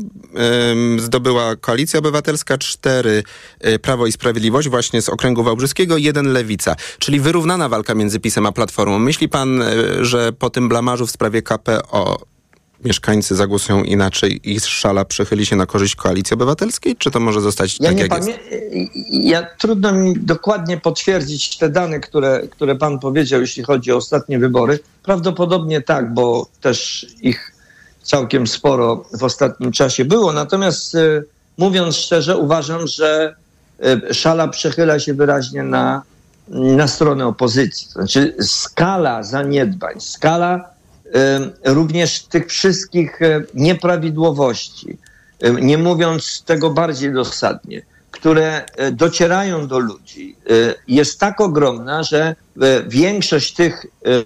S4: zdobyła Koalicja Obywatelska, 4 Prawo i Sprawiedliwość właśnie z okręgu wałbrzyskiego, 1 Lewica. Czyli wyrównana walka między PiS-em a Platformą. Myśli pan, że po tym blamarzu w sprawie KPO mieszkańcy zagłosują inaczej i szala przechyli się na korzyść Koalicji Obywatelskiej? Czy to może zostać tak, jak jest?
S19: Trudno mi dokładnie potwierdzić te dane, które pan powiedział, jeśli chodzi o ostatnie wybory. Prawdopodobnie tak, bo też ich całkiem sporo w ostatnim czasie było. Natomiast mówiąc szczerze, uważam, że szala przechyla się wyraźnie na stronę opozycji. To znaczy skala zaniedbań, skala również tych wszystkich nieprawidłowości, nie mówiąc tego bardziej dosadnie, które docierają do ludzi, jest tak ogromna, że większość tych,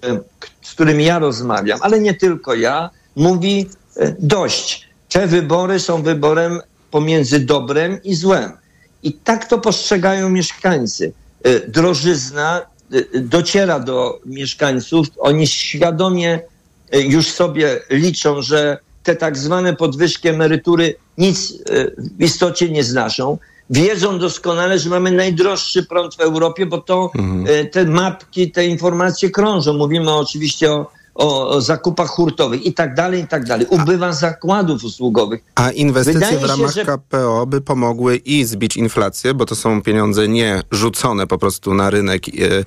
S19: z którymi ja rozmawiam, ale nie tylko ja, mówi dość. Te wybory są wyborem pomiędzy dobrem i złem. I tak to postrzegają mieszkańcy. Drożyzna dociera do mieszkańców. Oni świadomie już sobie liczą, że te tak zwane podwyżki emerytury nic w istocie nie znaczą. Wiedzą doskonale, że mamy najdroższy prąd w Europie, bo to te mapki, te informacje krążą. Mówimy oczywiście o zakupach hurtowych i tak dalej, i tak dalej. Ubywa zakładów usługowych.
S4: A inwestycje w ramach KPO by pomogły i zbić inflację, bo to są pieniądze nie rzucone po prostu na rynek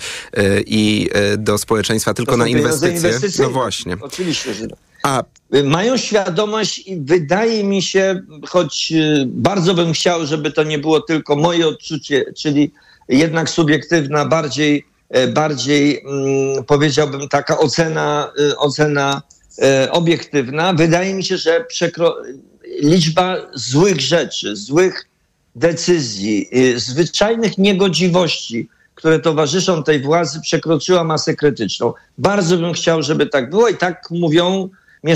S4: i do społeczeństwa, tylko na inwestycje. No właśnie.
S19: Oczywiście, że mają świadomość i wydaje mi się, choć bardzo bym chciał, żeby to nie było tylko moje odczucie, czyli jednak subiektywna, bardziej powiedziałbym taka ocena obiektywna. Wydaje mi się, że liczba złych rzeczy, złych decyzji, zwyczajnych niegodziwości, które towarzyszą tej władzy, przekroczyła masę krytyczną. Bardzo bym chciał, żeby tak było i tak mówią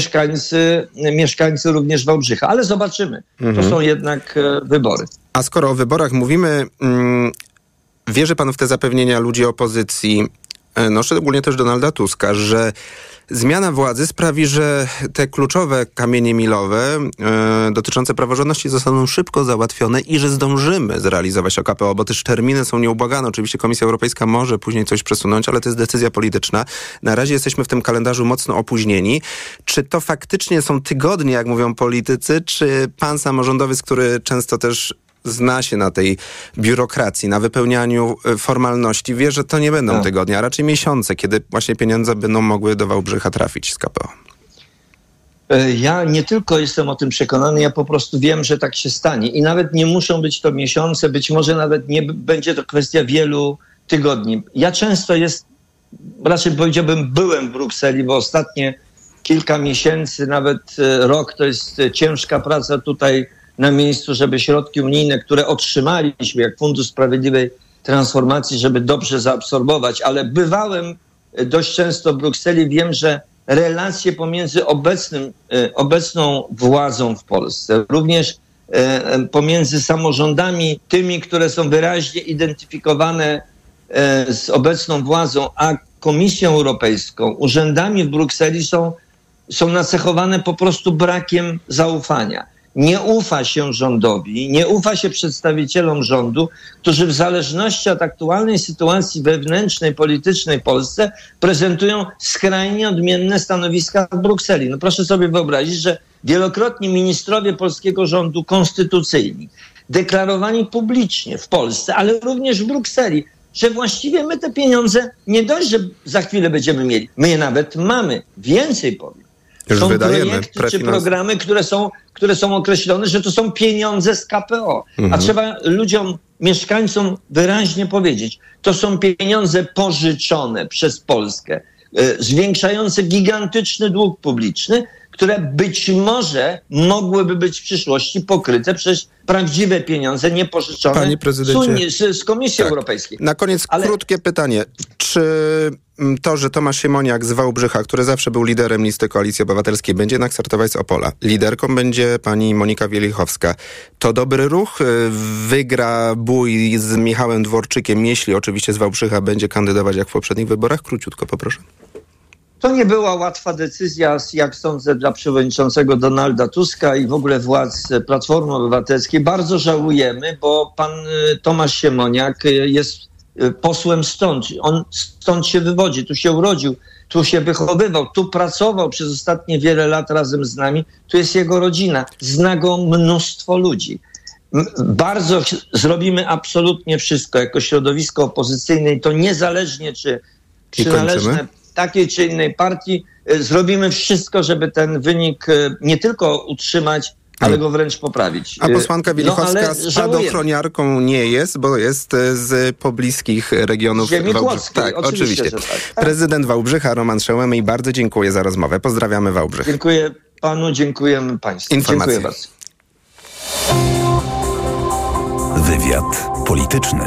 S19: mieszkańcy również Wałbrzycha. Ale zobaczymy. To są jednak wybory.
S4: A skoro o wyborach mówimy, wierzy pan w te zapewnienia ludzi opozycji, no szczególnie też Donalda Tuska, że zmiana władzy sprawi, że te kluczowe kamienie milowe dotyczące praworządności zostaną szybko załatwione i że zdążymy zrealizować KPO, bo też terminy są nieubłagane. Oczywiście Komisja Europejska może później coś przesunąć, ale to jest decyzja polityczna. Na razie jesteśmy w tym kalendarzu mocno opóźnieni. Czy to faktycznie są tygodnie, jak mówią politycy, czy pan samorządowiec, który często też zna się na tej biurokracji, na wypełnianiu formalności, wie, że to nie będą tygodnie, a raczej miesiące, kiedy właśnie pieniądze będą mogły do Wałbrzycha trafić z KPO?
S19: Ja nie tylko jestem o tym przekonany, ja po prostu wiem, że tak się stanie. I nawet nie muszą być to miesiące, być może nawet nie będzie to kwestia wielu tygodni. Ja często raczej powiedziałbym, byłem w Brukseli, bo ostatnie kilka miesięcy, nawet rok, to jest ciężka praca tutaj na miejscu, żeby środki unijne, które otrzymaliśmy, jak Fundusz Sprawiedliwej Transformacji, żeby dobrze zaabsorbować, ale bywałem dość często w Brukseli, wiem, że relacje pomiędzy obecną władzą w Polsce, również pomiędzy samorządami, tymi, które są wyraźnie identyfikowane z obecną władzą, a Komisją Europejską, urzędami w Brukseli są nacechowane po prostu brakiem zaufania. Nie ufa się rządowi, nie ufa się przedstawicielom rządu, którzy w zależności od aktualnej sytuacji wewnętrznej, politycznej w Polsce prezentują skrajnie odmienne stanowiska w Brukseli. No proszę sobie wyobrazić, że wielokrotni ministrowie polskiego rządu konstytucyjni, deklarowani publicznie w Polsce, ale również w Brukseli, że właściwie my te pieniądze nie dość, że za chwilę będziemy mieli. My je nawet mamy. Więcej powiem.
S4: Już
S19: są
S4: wydajemy
S19: projekty czy programy, które są określone, że to są pieniądze z KPO. A trzeba ludziom, mieszkańcom wyraźnie powiedzieć, to są pieniądze pożyczone przez Polskę, zwiększające gigantyczny dług publiczny, które być może mogłyby być w przyszłości pokryte przez prawdziwe pieniądze niepożyczone
S4: Panie prezydencie,
S19: z Komisji Europejskiej.
S4: Na koniec krótkie pytanie. Czy to, że Tomasz Siemoniak z Wałbrzycha, który zawsze był liderem listy Koalicji Obywatelskiej, będzie jednak startować z Opola? Liderką będzie pani Monika Wielichowska. To dobry ruch? Wygra bój z Michałem Dworczykiem, jeśli oczywiście z Wałbrzycha będzie kandydować jak w poprzednich wyborach? Króciutko poproszę.
S19: To nie była łatwa decyzja, jak sądzę, dla przewodniczącego Donalda Tuska i w ogóle władz Platformy Obywatelskiej. Bardzo żałujemy, bo pan Tomasz Siemoniak jest posłem stąd. On stąd się wywodzi, tu się urodził, tu się wychowywał, tu pracował przez ostatnie wiele lat razem z nami. Tu jest jego rodzina. Zna go mnóstwo ludzi. Bardzo zrobimy absolutnie wszystko jako środowisko opozycyjne i to niezależnie czy przynależne takiej czy innej partii, zrobimy wszystko, żeby ten wynik nie tylko utrzymać, ale go wręcz poprawić.
S4: A posłanka Wielichowska spadochroniarką nie jest, bo jest z pobliskich regionów
S19: Ziemi Kłodzkiej.
S4: Tak, oczywiście. Tak. Prezydent Wałbrzycha Roman Szełemej, bardzo dziękuję za rozmowę. Pozdrawiamy Wałbrzych.
S19: Dziękuję panu, dziękujemy państwu.
S4: Informacje.
S19: Dziękuję bardzo.
S3: Wywiad polityczny.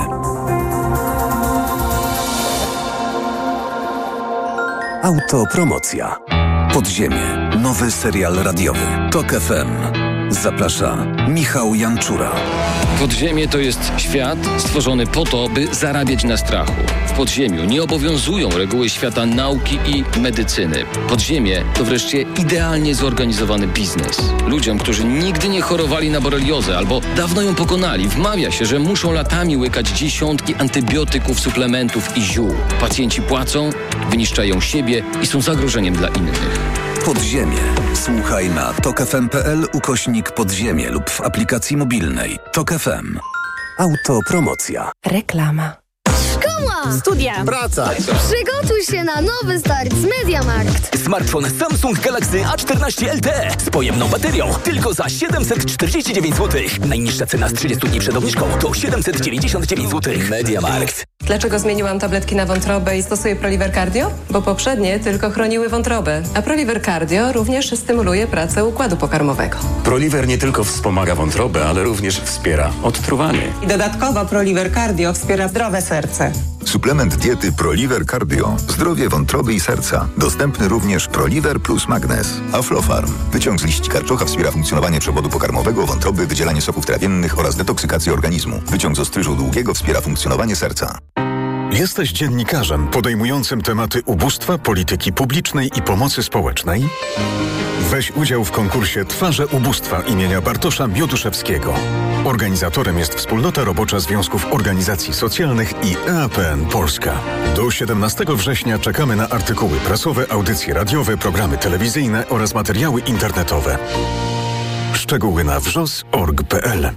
S3: Autopromocja. Podziemie. Nowy serial radiowy. TOK FM. Zaprasza Michał Janczura.
S20: Podziemie to jest świat stworzony po to, by zarabiać na strachu. W podziemiu nie obowiązują reguły świata nauki i medycyny. Podziemie to wreszcie idealnie zorganizowany biznes. Ludziom, którzy nigdy nie chorowali na boreliozę albo dawno ją pokonali, wmawia się, że muszą latami łykać dziesiątki antybiotyków, suplementów i ziół. Pacjenci płacą, wyniszczają siebie i są zagrożeniem dla innych.
S3: Podziemie. Słuchaj na tokfm.pl/podziemie lub w aplikacji mobilnej. TOK FM. Autopromocja.
S21: Reklama.
S22: Szkoła!
S21: Studia!
S22: Praca! Przygotuj się na nowy start z MediaMarkt.
S23: Smartfon Samsung Galaxy A14 LTE z pojemną baterią tylko za 749 zł. Najniższa cena z 30 dni przed obniżką to 799 zł. MediaMarkt.
S24: Dlaczego zmieniłam tabletki na wątrobę i stosuję Proliver Cardio? Bo poprzednie tylko chroniły wątrobę, a Proliver Cardio również stymuluje pracę układu pokarmowego.
S25: Proliver nie tylko wspomaga wątrobę, ale również wspiera odtruwanie.
S26: I dodatkowo Proliver Cardio wspiera zdrowe serce.
S10: Suplement diety Proliver Cardio. Zdrowie wątroby i serca. Dostępny również Proliver plus Magnez. Aflofarm. Wyciąg z liści karczocha wspiera funkcjonowanie przewodu pokarmowego, wątroby, wydzielanie soków trawiennych oraz detoksykację organizmu. Wyciąg z ostryżu długiego wspiera funkcjonowanie serca.
S27: Jesteś dziennikarzem podejmującym tematy ubóstwa, polityki publicznej i pomocy społecznej? Weź udział w konkursie Twarze ubóstwa imienia Bartosza Mioduszewskiego. Organizatorem jest Wspólnota Robocza Związków Organizacji Socjalnych i EAPN Polska. Do 17 września czekamy na artykuły prasowe, audycje radiowe, programy telewizyjne oraz materiały internetowe. Szczegóły na wrzos.org.pl.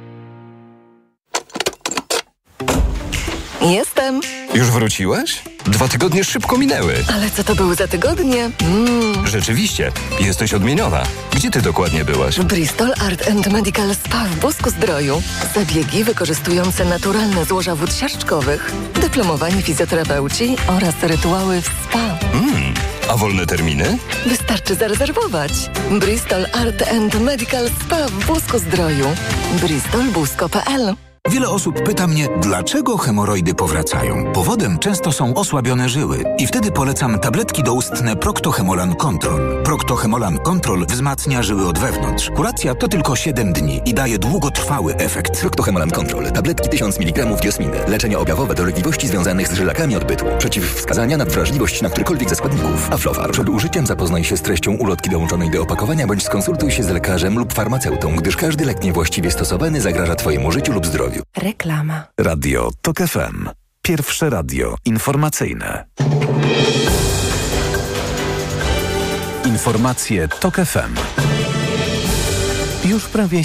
S28: Jestem.
S29: Już wróciłaś? 2 tygodnie szybko minęły.
S28: Ale co to były za tygodnie?
S29: Rzeczywiście, jesteś odmieniona. Gdzie ty dokładnie byłaś?
S28: Bristol Art and Medical Spa w Bosku-Zdroju. Zabiegi wykorzystujące naturalne złoża wód siarczkowych, dyplomowani fizjoterapeuci oraz rytuały w spa.
S29: A wolne terminy?
S28: Wystarczy zarezerwować. Bristol Art and Medical Spa w Bosku-Zdroju. bristolbusko.pl.
S30: Wiele osób pyta mnie, dlaczego hemoroidy powracają. Powodem często są osłabione żyły i wtedy polecam tabletki doustne Procto-Hemolan Control. Procto-Hemolan Control wzmacnia żyły od wewnątrz. Kuracja to tylko 7 dni i daje długotrwały efekt.
S2: Procto-Hemolan Control. Tabletki 1000 mg diosminy. Leczenie objawowe dolegliwości związanych z żylakami odbytu. Przeciwwskazania na wrażliwość na którykolwiek ze składników. Aflofarm. Przed użyciem zapoznaj się z treścią ulotki dołączonej do opakowania bądź skonsultuj się z lekarzem lub farmaceutą, gdyż każdy lek niewłaściwie stosowany zagraża Twojemu życiu lub zdrowiu.
S21: Reklama.
S3: Radio TOK FM. Pierwsze radio informacyjne. Informacje TOK FM. Już
S1: Już prawie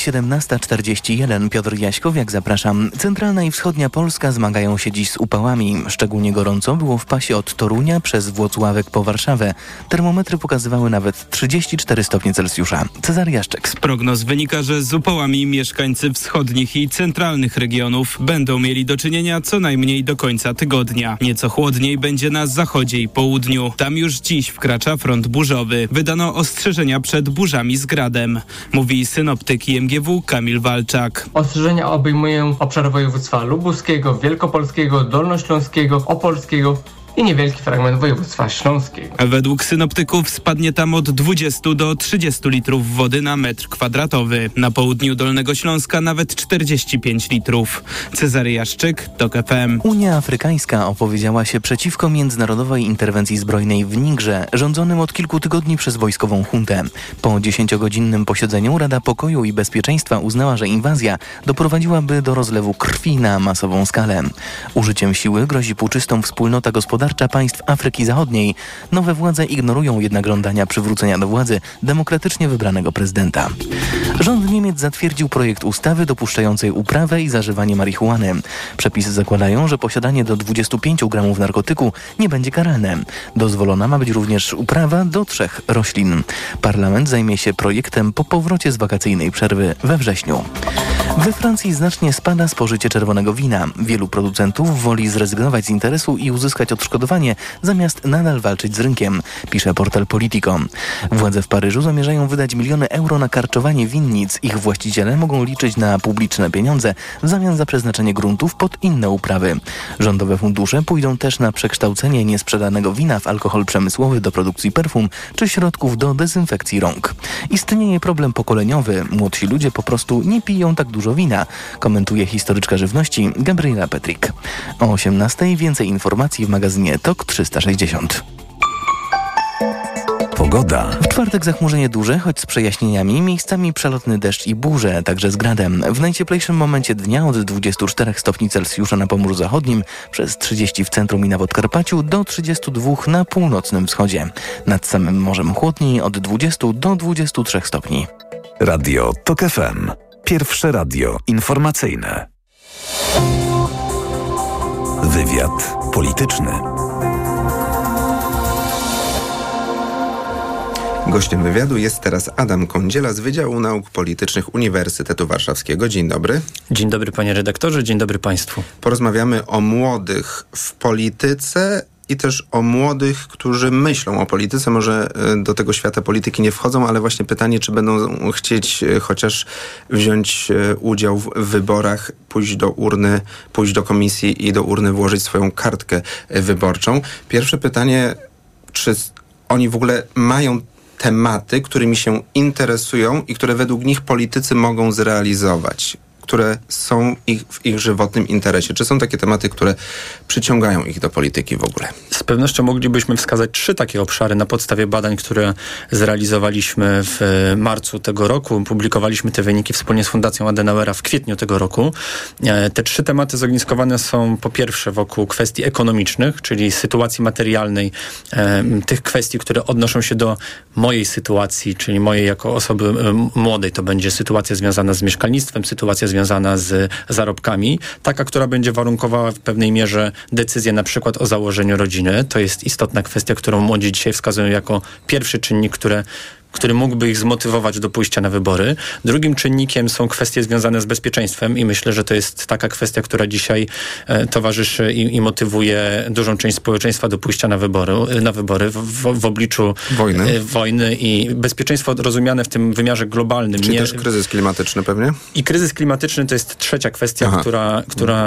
S1: 17:41. Piotr Jaśkowiak, zapraszam. Centralna i wschodnia Polska zmagają się dziś z upałami. Szczególnie gorąco było w pasie od Torunia przez Włocławek po Warszawę. Termometry pokazywały nawet 34 stopnie Celsjusza. Cezary Jaszczek.
S5: Z prognoz wynika, że z upałami mieszkańcy wschodnich i centralnych regionów będą mieli do czynienia co najmniej do końca tygodnia. Nieco chłodniej będzie na zachodzie i południu. Tam już dziś wkracza front burzowy. Wydano ostrzeżenia przed burzami z gradem. Mówi synoptyk IMGW Kamil Walczak.
S6: Ostrzeżenia obejmują obszar województwa lubuskiego, wielkopolskiego, dolnośląskiego, opolskiego i niewielki fragment województwa śląskiego.
S5: Według synoptyków spadnie tam od 20 do 30 litrów wody na metr kwadratowy. Na południu Dolnego Śląska nawet 45 litrów. Cezary Jaszczyk, TOK FM.
S1: Unia Afrykańska opowiedziała się przeciwko międzynarodowej interwencji zbrojnej w Nigrze, rządzonym od kilku tygodni przez wojskową juntę. Po 10-godzinnym posiedzeniu Rada Pokoju i Bezpieczeństwa uznała, że inwazja doprowadziłaby do rozlewu krwi na masową skalę. Użyciem siły grozi puczystom wspólnota gospodarcza państw Afryki Zachodniej. Nowe władze ignorują jednak żądania przywrócenia do władzy demokratycznie wybranego prezydenta. Rząd Niemiec zatwierdził projekt ustawy dopuszczającej uprawę i zażywanie marihuany. Przepisy zakładają, że posiadanie do 25 gramów narkotyku nie będzie karalne. Dozwolona ma być również uprawa do 3 roślin. Parlament zajmie się projektem po powrocie z wakacyjnej przerwy we wrześniu. We Francji znacznie spada spożycie czerwonego wina. Wielu producentów woli zrezygnować z interesu i uzyskać odszkodowanie, zamiast nadal walczyć z rynkiem, pisze portal Politico. Władze w Paryżu zamierzają wydać miliony euro na karczowanie winnic. Ich właściciele mogą liczyć na publiczne pieniądze w zamian za przeznaczenie gruntów pod inne uprawy. Rządowe fundusze pójdą też na przekształcenie niesprzedanego wina w alkohol przemysłowy do produkcji perfum czy środków do dezynfekcji rąk. Istnieje problem pokoleniowy. Młodsi ludzie po prostu nie piją tak dużo wina, komentuje historyczka żywności Gabriela Petrik. O 18:00 więcej informacji w magazynie TOK 360.
S3: Pogoda.
S1: W czwartek zachmurzenie duże, choć z przejaśnieniami, miejscami przelotny deszcz i burze, także z gradem. W najcieplejszym momencie dnia od 24 stopni Celsjusza na Pomorzu Zachodnim, przez 30 w centrum i na Podkarpaciu, do 32 na północnym wschodzie. Nad samym morzem chłodniej od 20 do 23 stopni.
S3: Radio TOK FM. Pierwsze radio informacyjne. Wywiad polityczny.
S4: Gościem wywiadu jest teraz Adam Kądziela z Wydziału Nauk Politycznych Uniwersytetu Warszawskiego. Dzień dobry.
S7: Dzień dobry panie redaktorze, dzień dobry państwu.
S4: Porozmawiamy o młodych w polityce i też o młodych, którzy myślą o polityce. Może do tego świata polityki nie wchodzą, ale właśnie pytanie, czy będą chcieć chociaż wziąć udział w wyborach, pójść do urny, pójść do komisji i do urny włożyć swoją kartkę wyborczą. Pierwsze pytanie, czy oni w ogóle mają tematy, którymi się interesują i które według nich politycy mogą zrealizować, które są w ich żywotnym interesie? Czy są takie tematy, które przyciągają ich do polityki w ogóle?
S7: Z pewnością moglibyśmy wskazać 3 takie obszary na podstawie badań, które zrealizowaliśmy w marcu tego roku. Publikowaliśmy te wyniki wspólnie z Fundacją Adenauera w kwietniu tego roku. Te 3 tematy zogniskowane są po pierwsze wokół kwestii ekonomicznych, czyli sytuacji materialnej, tych kwestii, które odnoszą się do mojej sytuacji, czyli mojej jako osoby młodej. To będzie sytuacja związana z mieszkalnictwem, sytuacja związana z zarobkami, taka, która będzie warunkowała w pewnej mierze decyzję na przykład o założeniu rodziny. To jest istotna kwestia, którą młodzi dzisiaj wskazują jako pierwszy czynnik, który mógłby ich zmotywować do pójścia na wybory. Drugim czynnikiem są kwestie związane z bezpieczeństwem i myślę, że to jest taka kwestia, która dzisiaj towarzyszy i motywuje dużą część społeczeństwa do pójścia na wybory w obliczu wojny i bezpieczeństwo rozumiane w tym wymiarze globalnym.
S4: Czyli też kryzys klimatyczny pewnie?
S7: I kryzys klimatyczny to jest trzecia kwestia, która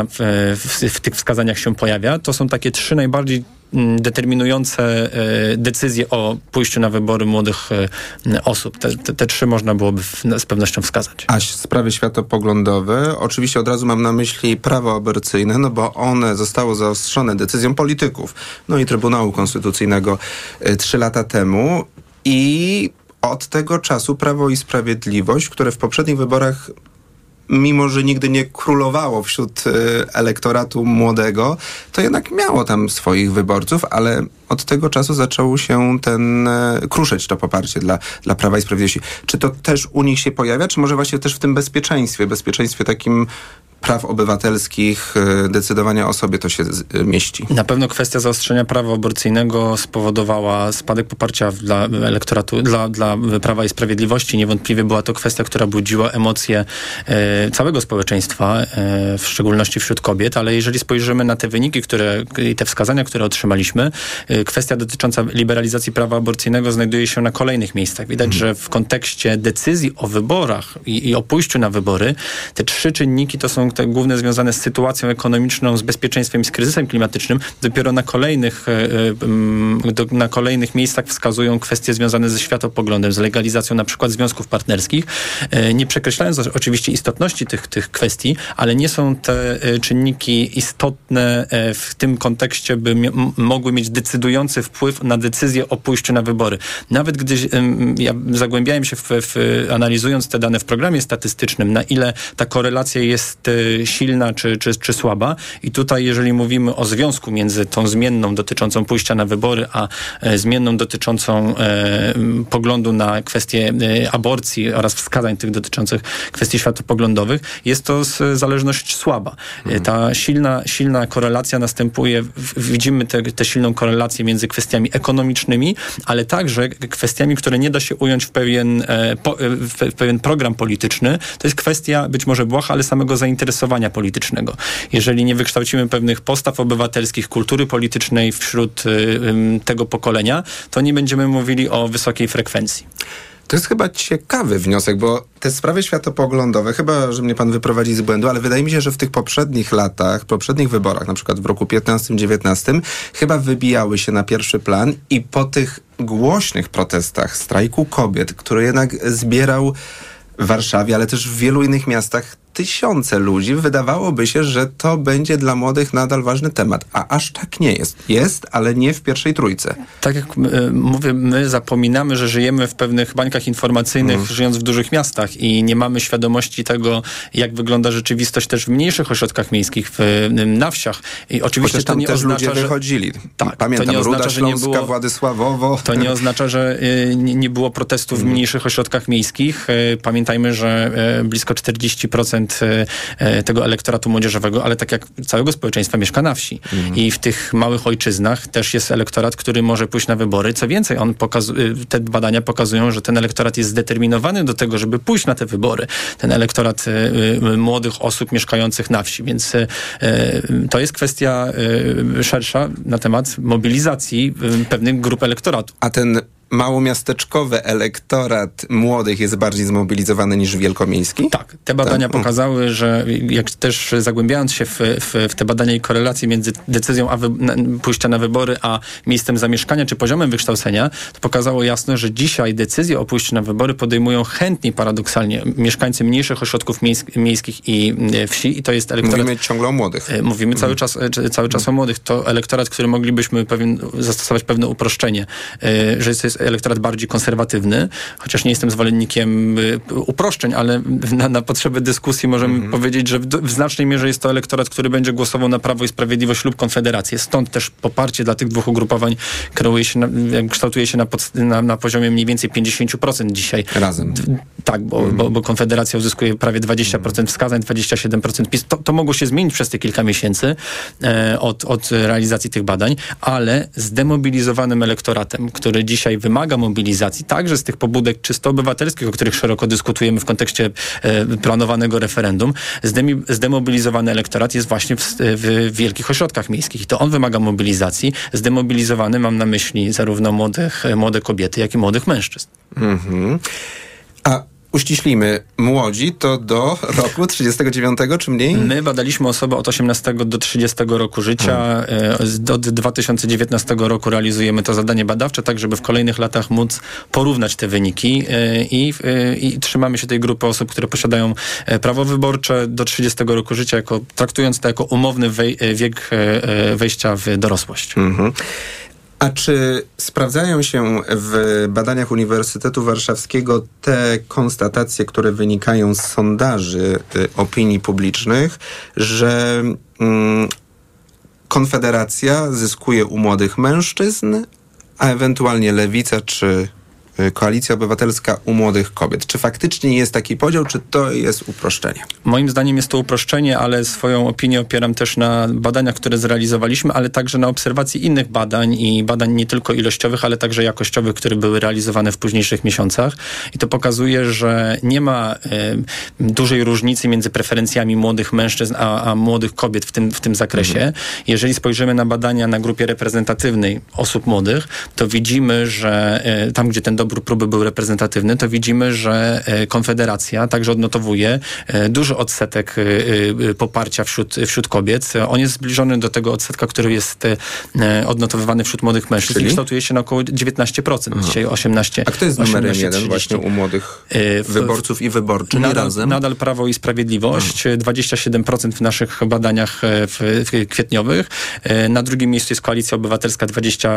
S7: w tych wskazaniach się pojawia. To są takie 3 najbardziej determinujące decyzje o pójściu na wybory młodych osób. Te 3 można byłoby z pewnością wskazać.
S4: A sprawy światopoglądowe, oczywiście od razu mam na myśli prawo aborcyjne, no bo one zostało zaostrzone decyzją polityków, no i Trybunału Konstytucyjnego 3 lata temu i od tego czasu Prawo i Sprawiedliwość, które w poprzednich wyborach mimo że nigdy nie królowało wśród elektoratu młodego, to jednak miało tam swoich wyborców, ale od tego czasu zaczął się kruszyć to poparcie dla Prawa i Sprawiedliwości. Czy to też u nich się pojawia, czy może właśnie też w tym bezpieczeństwie takim praw obywatelskich, decydowania o sobie to się mieści?
S7: Na pewno kwestia zaostrzenia prawa aborcyjnego spowodowała spadek poparcia dla elektoratu, dla Prawa i Sprawiedliwości. Niewątpliwie była to kwestia, która budziła emocje całego społeczeństwa, w szczególności wśród kobiet, ale jeżeli spojrzymy na te wyniki i te wskazania, które otrzymaliśmy, kwestia dotycząca liberalizacji prawa aborcyjnego znajduje się na kolejnych miejscach. Widać, że w kontekście decyzji o wyborach i o pójściu na wybory, te 3 czynniki to są te główne związane z sytuacją ekonomiczną, z bezpieczeństwem i z kryzysem klimatycznym. Dopiero na kolejnych miejscach wskazują kwestie związane ze światopoglądem, z legalizacją na przykład związków partnerskich. Nie przekreślając oczywiście istotności tych kwestii, ale nie są te czynniki istotne w tym kontekście, by mogły mieć decydujący wpływ na decyzję o pójściu na wybory. Nawet gdy ja zagłębiałem się analizując te dane w programie statystycznym, na ile ta korelacja jest silna czy słaba. I tutaj, jeżeli mówimy o związku między tą zmienną dotyczącą pójścia na wybory, a zmienną dotyczącą poglądu na kwestie aborcji oraz wskazań tych dotyczących kwestii światopoglądowych, jest to zależność słaba. Ta silna korelacja następuje, widzimy tę silną korelację między kwestiami ekonomicznymi, ale także kwestiami, które nie da się ująć w pewien program polityczny. To jest kwestia być może błaha, ale samego zainteresowania politycznego. Jeżeli nie wykształcimy pewnych postaw obywatelskich, kultury politycznej wśród tego pokolenia, to nie będziemy mówili o wysokiej frekwencji.
S4: To jest chyba ciekawy wniosek, bo te sprawy światopoglądowe, chyba, że mnie pan wyprowadzi z błędu, ale wydaje mi się, że w tych poprzednich latach, poprzednich wyborach, na przykład w roku 15-19, chyba wybijały się na pierwszy plan i po tych głośnych protestach, strajku kobiet, który jednak zbierał w Warszawie, ale też w wielu innych miastach tysiące ludzi, wydawałoby się, że to będzie dla młodych nadal ważny temat. A aż tak nie jest. Jest, ale nie w pierwszej trójce.
S7: Tak jak mówię, my zapominamy, że żyjemy w pewnych bańkach informacyjnych, żyjąc w dużych miastach i nie mamy świadomości tego, jak wygląda rzeczywistość też w mniejszych ośrodkach miejskich, na wsiach. I oczywiście
S4: tam
S7: to nie
S4: też
S7: oznacza,
S4: ludzie wychodzili.
S7: Tak,
S4: pamiętam,
S7: to nie oznacza,
S4: Ruda Śląska, Władysławowo.
S7: To nie oznacza, że nie było protestów w mniejszych ośrodkach miejskich. Pamiętajmy, że blisko 40% tego elektoratu młodzieżowego, ale tak jak całego społeczeństwa mieszka na wsi. I w tych małych ojczyznach też jest elektorat, który może pójść na wybory. Co więcej, te badania pokazują, że ten elektorat jest zdeterminowany do tego, żeby pójść na te wybory. Ten elektorat młodych osób mieszkających na wsi. Więc to jest kwestia szersza na temat mobilizacji pewnych grup elektoratu.
S4: A ten małomiasteczkowy elektorat młodych jest bardziej zmobilizowany niż wielkomiejski?
S7: Tak. Te badania pokazały, że jak też zagłębiając się w te badania i korelacje między decyzją pójścia na wybory, a miejscem zamieszkania czy poziomem wykształcenia, to pokazało jasno, że dzisiaj decyzje o pójściu na wybory podejmują chętniej paradoksalnie mieszkańcy mniejszych ośrodków miejskich i wsi. I to jest elektorat...
S4: Mówimy ciągle o młodych.
S7: Mówimy cały czas o młodych. To elektorat, który moglibyśmy zastosować pewne uproszczenie, że to jest elektorat bardziej konserwatywny, chociaż nie jestem zwolennikiem uproszczeń, ale na potrzeby dyskusji możemy powiedzieć, że w znacznej mierze jest to elektorat, który będzie głosował na Prawo i Sprawiedliwość lub Konfederację. Stąd też poparcie dla tych dwóch ugrupowań kształtuje się na poziomie mniej więcej 50% dzisiaj.
S4: Razem.
S7: Tak, bo Konfederacja uzyskuje prawie 20% wskazań, 27% PiS. To mogło się zmienić przez te kilka miesięcy od realizacji tych badań, ale zdemobilizowanym elektoratem, który dzisiaj wymaga mobilizacji, także z tych pobudek czysto obywatelskich, o których szeroko dyskutujemy w kontekście planowanego referendum, zdemobilizowany elektorat jest właśnie w wielkich ośrodkach miejskich. I to on wymaga mobilizacji. Zdemobilizowany mam na myśli zarówno młode kobiety, jak i młodych mężczyzn.
S4: A uściślimy, młodzi to do roku 39 czy mniej?
S7: My badaliśmy osoby od 18 do 30 roku życia. Od 2019 roku realizujemy to zadanie badawcze, tak żeby w kolejnych latach móc porównać te wyniki i trzymamy się tej grupy osób, które posiadają prawo wyborcze do 30 roku życia, traktując to jako umowny wiek wejścia w dorosłość.
S4: A czy sprawdzają się w badaniach Uniwersytetu Warszawskiego te konstatacje, które wynikają z sondaży opinii publicznych, że Konfederacja zyskuje u młodych mężczyzn, a ewentualnie Lewica czy Koalicja Obywatelska u młodych kobiet? Czy faktycznie jest taki podział, czy to jest uproszczenie?
S7: Moim zdaniem jest to uproszczenie, ale swoją opinię opieram też na badaniach, które zrealizowaliśmy, ale także na obserwacji innych badań i badań nie tylko ilościowych, ale także jakościowych, które były realizowane w późniejszych miesiącach. I to pokazuje, że nie ma dużej różnicy między preferencjami młodych mężczyzn a młodych kobiet w tym zakresie. Jeżeli spojrzymy na badania na grupie reprezentatywnej osób młodych, to widzimy, że tam, gdzie ten dobór próby był reprezentatywny, to widzimy, że Konfederacja także odnotowuje duży odsetek poparcia wśród kobiet. On jest zbliżony do tego odsetka, który jest odnotowywany wśród młodych mężczyzn i kształtuje się na około 19%. Dzisiaj 18%.
S4: A kto jest numerem 1 właśnie u młodych wyborców i wyborczyń razem? Nadal
S7: Prawo i Sprawiedliwość. 27% w naszych badaniach kwietniowych. Na drugim miejscu jest Koalicja Obywatelska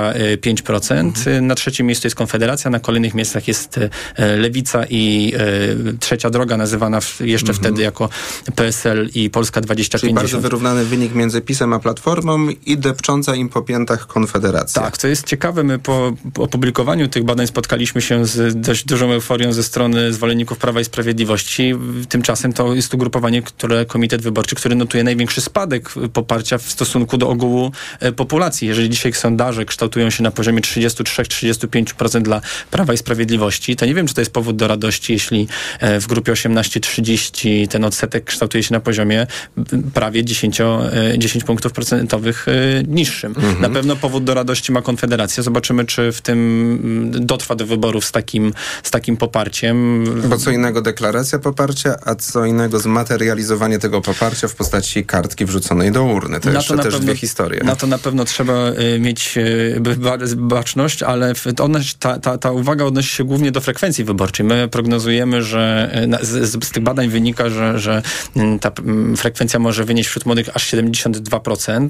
S7: 25%. Na trzecim miejscu jest Konfederacja. Na kolejnych miejscach jest Lewica i Trzecia Droga, nazywana jeszcze wtedy jako PSL i Polska 2050.
S4: Czyli bardzo wyrównany wynik między PiS-em a Platformą i depcząca im po piętach Konfederacja.
S7: Tak, co jest ciekawe, my po opublikowaniu tych badań spotkaliśmy się z dość dużą euforią ze strony zwolenników Prawa i Sprawiedliwości. Tymczasem to jest ugrupowanie, Komitet Wyborczy, który notuje największy spadek poparcia w stosunku do ogółu populacji. Jeżeli dzisiaj sondaże kształtują się na poziomie 33-35% dla Prawa i Sprawiedliwości, to nie wiem, czy to jest powód do radości, jeśli w grupie 18-30 ten odsetek kształtuje się na poziomie prawie 10 punktów procentowych niższym. Na pewno powód do radości ma Konfederacja. Zobaczymy, czy w tym dotrwa do wyborów z takim poparciem.
S4: Bo co innego deklaracja poparcia, a co innego zmaterializowanie tego poparcia w postaci kartki wrzuconej do urny. To jeszcze też dwie historie.
S7: Na to na pewno trzeba mieć baczność, ale ta uwaga odnosi się głównie do frekwencji wyborczej. My prognozujemy, że z tych badań wynika, że ta frekwencja może wynieść wśród młodych aż 72%.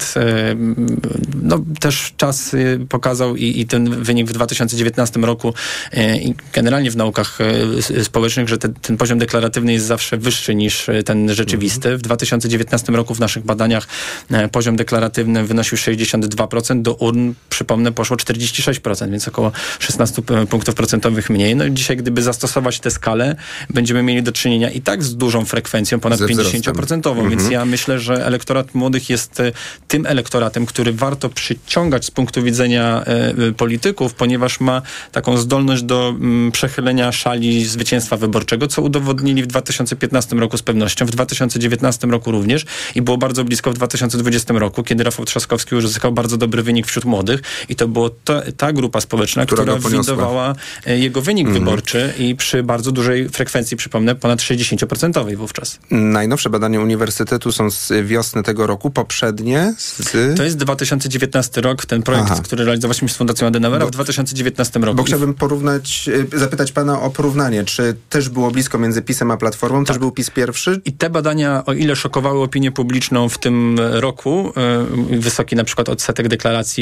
S7: No, też czas pokazał i ten wynik w 2019 roku i generalnie w naukach społecznych, że ten poziom deklaratywny jest zawsze wyższy niż ten rzeczywisty. W 2019 roku w naszych badaniach poziom deklaratywny wynosił 62%, do urn, przypomnę, poszło 46%, więc około 16 punktów procentowych mniej. No i dzisiaj, gdyby zastosować tę skalę, będziemy mieli do czynienia i tak z dużą frekwencją, ponad 50%, więc ja myślę, że elektorat młodych jest tym elektoratem, który warto przyciągać z punktu widzenia polityków, ponieważ ma taką zdolność do przechylenia szali zwycięstwa wyborczego, co udowodnili w 2015 roku z pewnością, w 2019 roku również i było bardzo blisko w 2020 roku, kiedy Rafał Trzaskowski uzyskał bardzo dobry wynik wśród młodych i to była ta grupa społeczna, która widowała jego wynik wyborczy i przy bardzo dużej frekwencji, przypomnę, ponad 60% wówczas.
S4: Najnowsze badania Uniwersytetu są z wiosny tego roku, poprzednie
S7: To jest 2019 rok, ten projekt, który realizowaliśmy z Fundacją Adenauera w 2019 roku.
S4: Bo chciałbym zapytać pana o porównanie. Czy też było blisko między PiS-em a Platformą? Też był PiS pierwszy?
S7: I te badania, o ile szokowały opinię publiczną w tym roku, wysoki na przykład odsetek deklaracji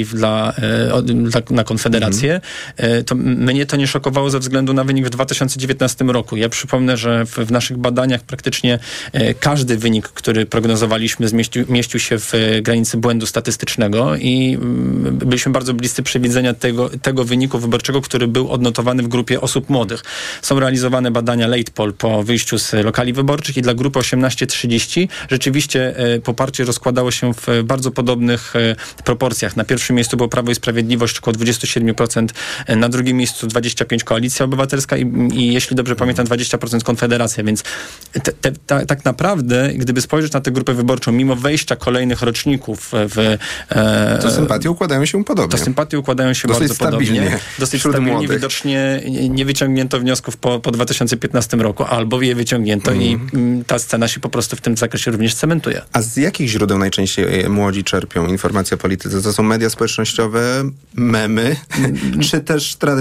S7: na Konfederację, to mnie to nie szokowało ze względu na wynik w 2019 roku. Ja przypomnę, że w naszych badaniach praktycznie każdy wynik, który prognozowaliśmy, mieścił się w granicy błędu statystycznego i byliśmy bardzo bliscy przewidzenia tego wyniku wyborczego, który był odnotowany w grupie osób młodych. Są realizowane badania late poll po wyjściu z lokali wyborczych i dla grupy 18-30 rzeczywiście poparcie rozkładało się w bardzo podobnych proporcjach. Na pierwszym miejscu było Prawo i Sprawiedliwość, około 27%, na drugim miejscu 25% Koalicja Obywatelska i jeśli dobrze pamiętam 20% Konfederacja, więc tak naprawdę, gdyby spojrzeć na tę grupę wyborczą, mimo wejścia kolejnych roczników
S4: to sympatie układają się podobnie.
S7: To sympatie układają się
S4: dosyć
S7: bardzo
S4: stabilnie.
S7: Podobnie. Dosyć stabilnie. Młodych. Widocznie nie wyciągnięto wniosków po 2015 roku, albo je wyciągnięto i ta scena się po prostu w tym zakresie również cementuje.
S4: A z jakich źródeł najczęściej młodzi czerpią informacje o polityce? To są media społecznościowe, memy, czy też tradycyjne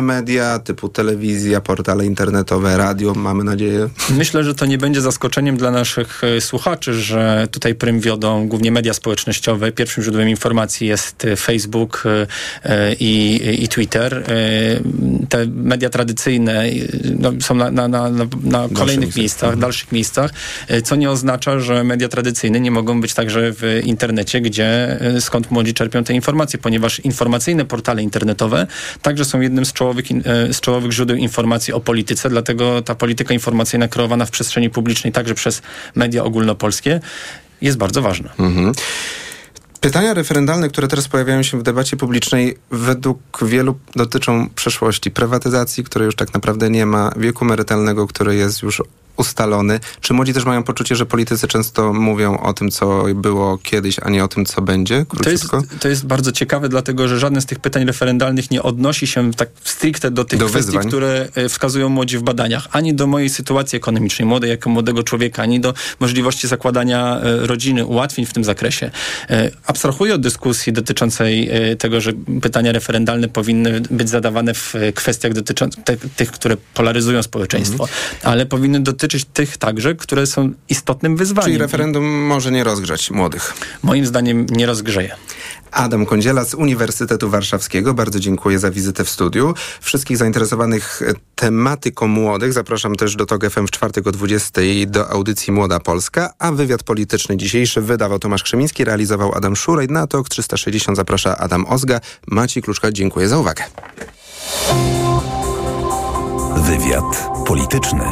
S4: media typu telewizja, portale internetowe, radio, mamy nadzieję?
S7: Myślę, że to nie będzie zaskoczeniem dla naszych słuchaczy, że tutaj prym wiodą głównie media społecznościowe. Pierwszym źródłem informacji jest Facebook i Twitter. Te media tradycyjne są na kolejnych miejscach, dalszych miejscach, co nie oznacza, że media tradycyjne nie mogą być także w internecie, skąd młodzi czerpią te informacje, ponieważ informacyjne portale internetowe także są jednym z czołowych źródeł informacji o polityce, dlatego ta polityka informacyjna kreowana w przestrzeni publicznej także przez media ogólnopolskie jest bardzo ważna. Mhm.
S4: Pytania referendalne, które teraz pojawiają się w debacie publicznej, według wielu dotyczą przeszłości, prywatyzacji, której już tak naprawdę nie ma, wieku emerytalnego, który jest już ustalony. Czy młodzi też mają poczucie, że politycy często mówią o tym, co było kiedyś, a nie o tym, co będzie?
S7: To jest bardzo ciekawe, dlatego że żadne z tych pytań referendalnych nie odnosi się tak stricte do tych kwestii, wyzwań, które wskazują młodzi w badaniach. Ani do mojej sytuacji ekonomicznej, młodej jako młodego człowieka, ani do możliwości zakładania rodziny, ułatwień w tym zakresie. Abstrahuję od dyskusji dotyczącej tego, że pytania referendalne powinny być zadawane w kwestiach dotyczących tych, które polaryzują społeczeństwo, ale powinny dotyczyć tych także, które są istotnym wyzwaniem.
S4: Czyli referendum może nie rozgrzać młodych?
S7: Moim zdaniem nie rozgrzeje.
S4: Adam Kądziela z Uniwersytetu Warszawskiego. Bardzo dziękuję za wizytę w studiu. Wszystkich zainteresowanych tematyką młodych zapraszam też do TOK FM w czwartek o 20:00 do audycji Młoda Polska, a wywiad polityczny dzisiejszy wydawał Tomasz Krzemiński, realizował Adam Szuraj. Na TOK 360 zaprasza Adam Ozga. Maciej Kluczka, dziękuję za uwagę.
S3: Wywiad polityczny.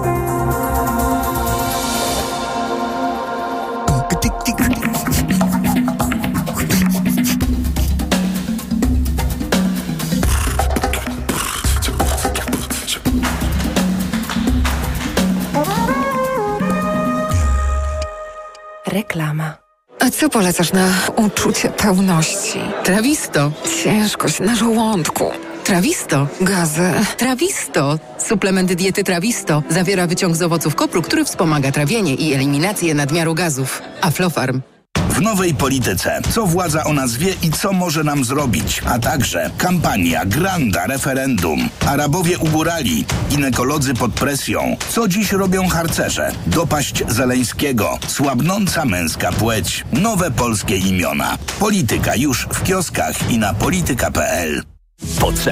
S8: Reklama. A co polecasz na uczucie pełności?
S9: Trawisto.
S8: Ciężkość na żołądku.
S9: Trawisto.
S8: Gazę.
S9: Trawisto. Suplement diety Trawisto zawiera wyciąg z owoców kopru, który wspomaga trawienie i eliminację nadmiaru gazów. Aflofarm.
S11: W nowej polityce. Co władza o nas wie i co może nam zrobić? A także kampania, granda, referendum. Arabowie ugórali, ginekolodzy pod presją. Co dziś robią harcerze? Dopaść Zeleńskiego. Słabnąca męska płeć. Nowe polskie imiona. Polityka już w kioskach i na polityka.pl.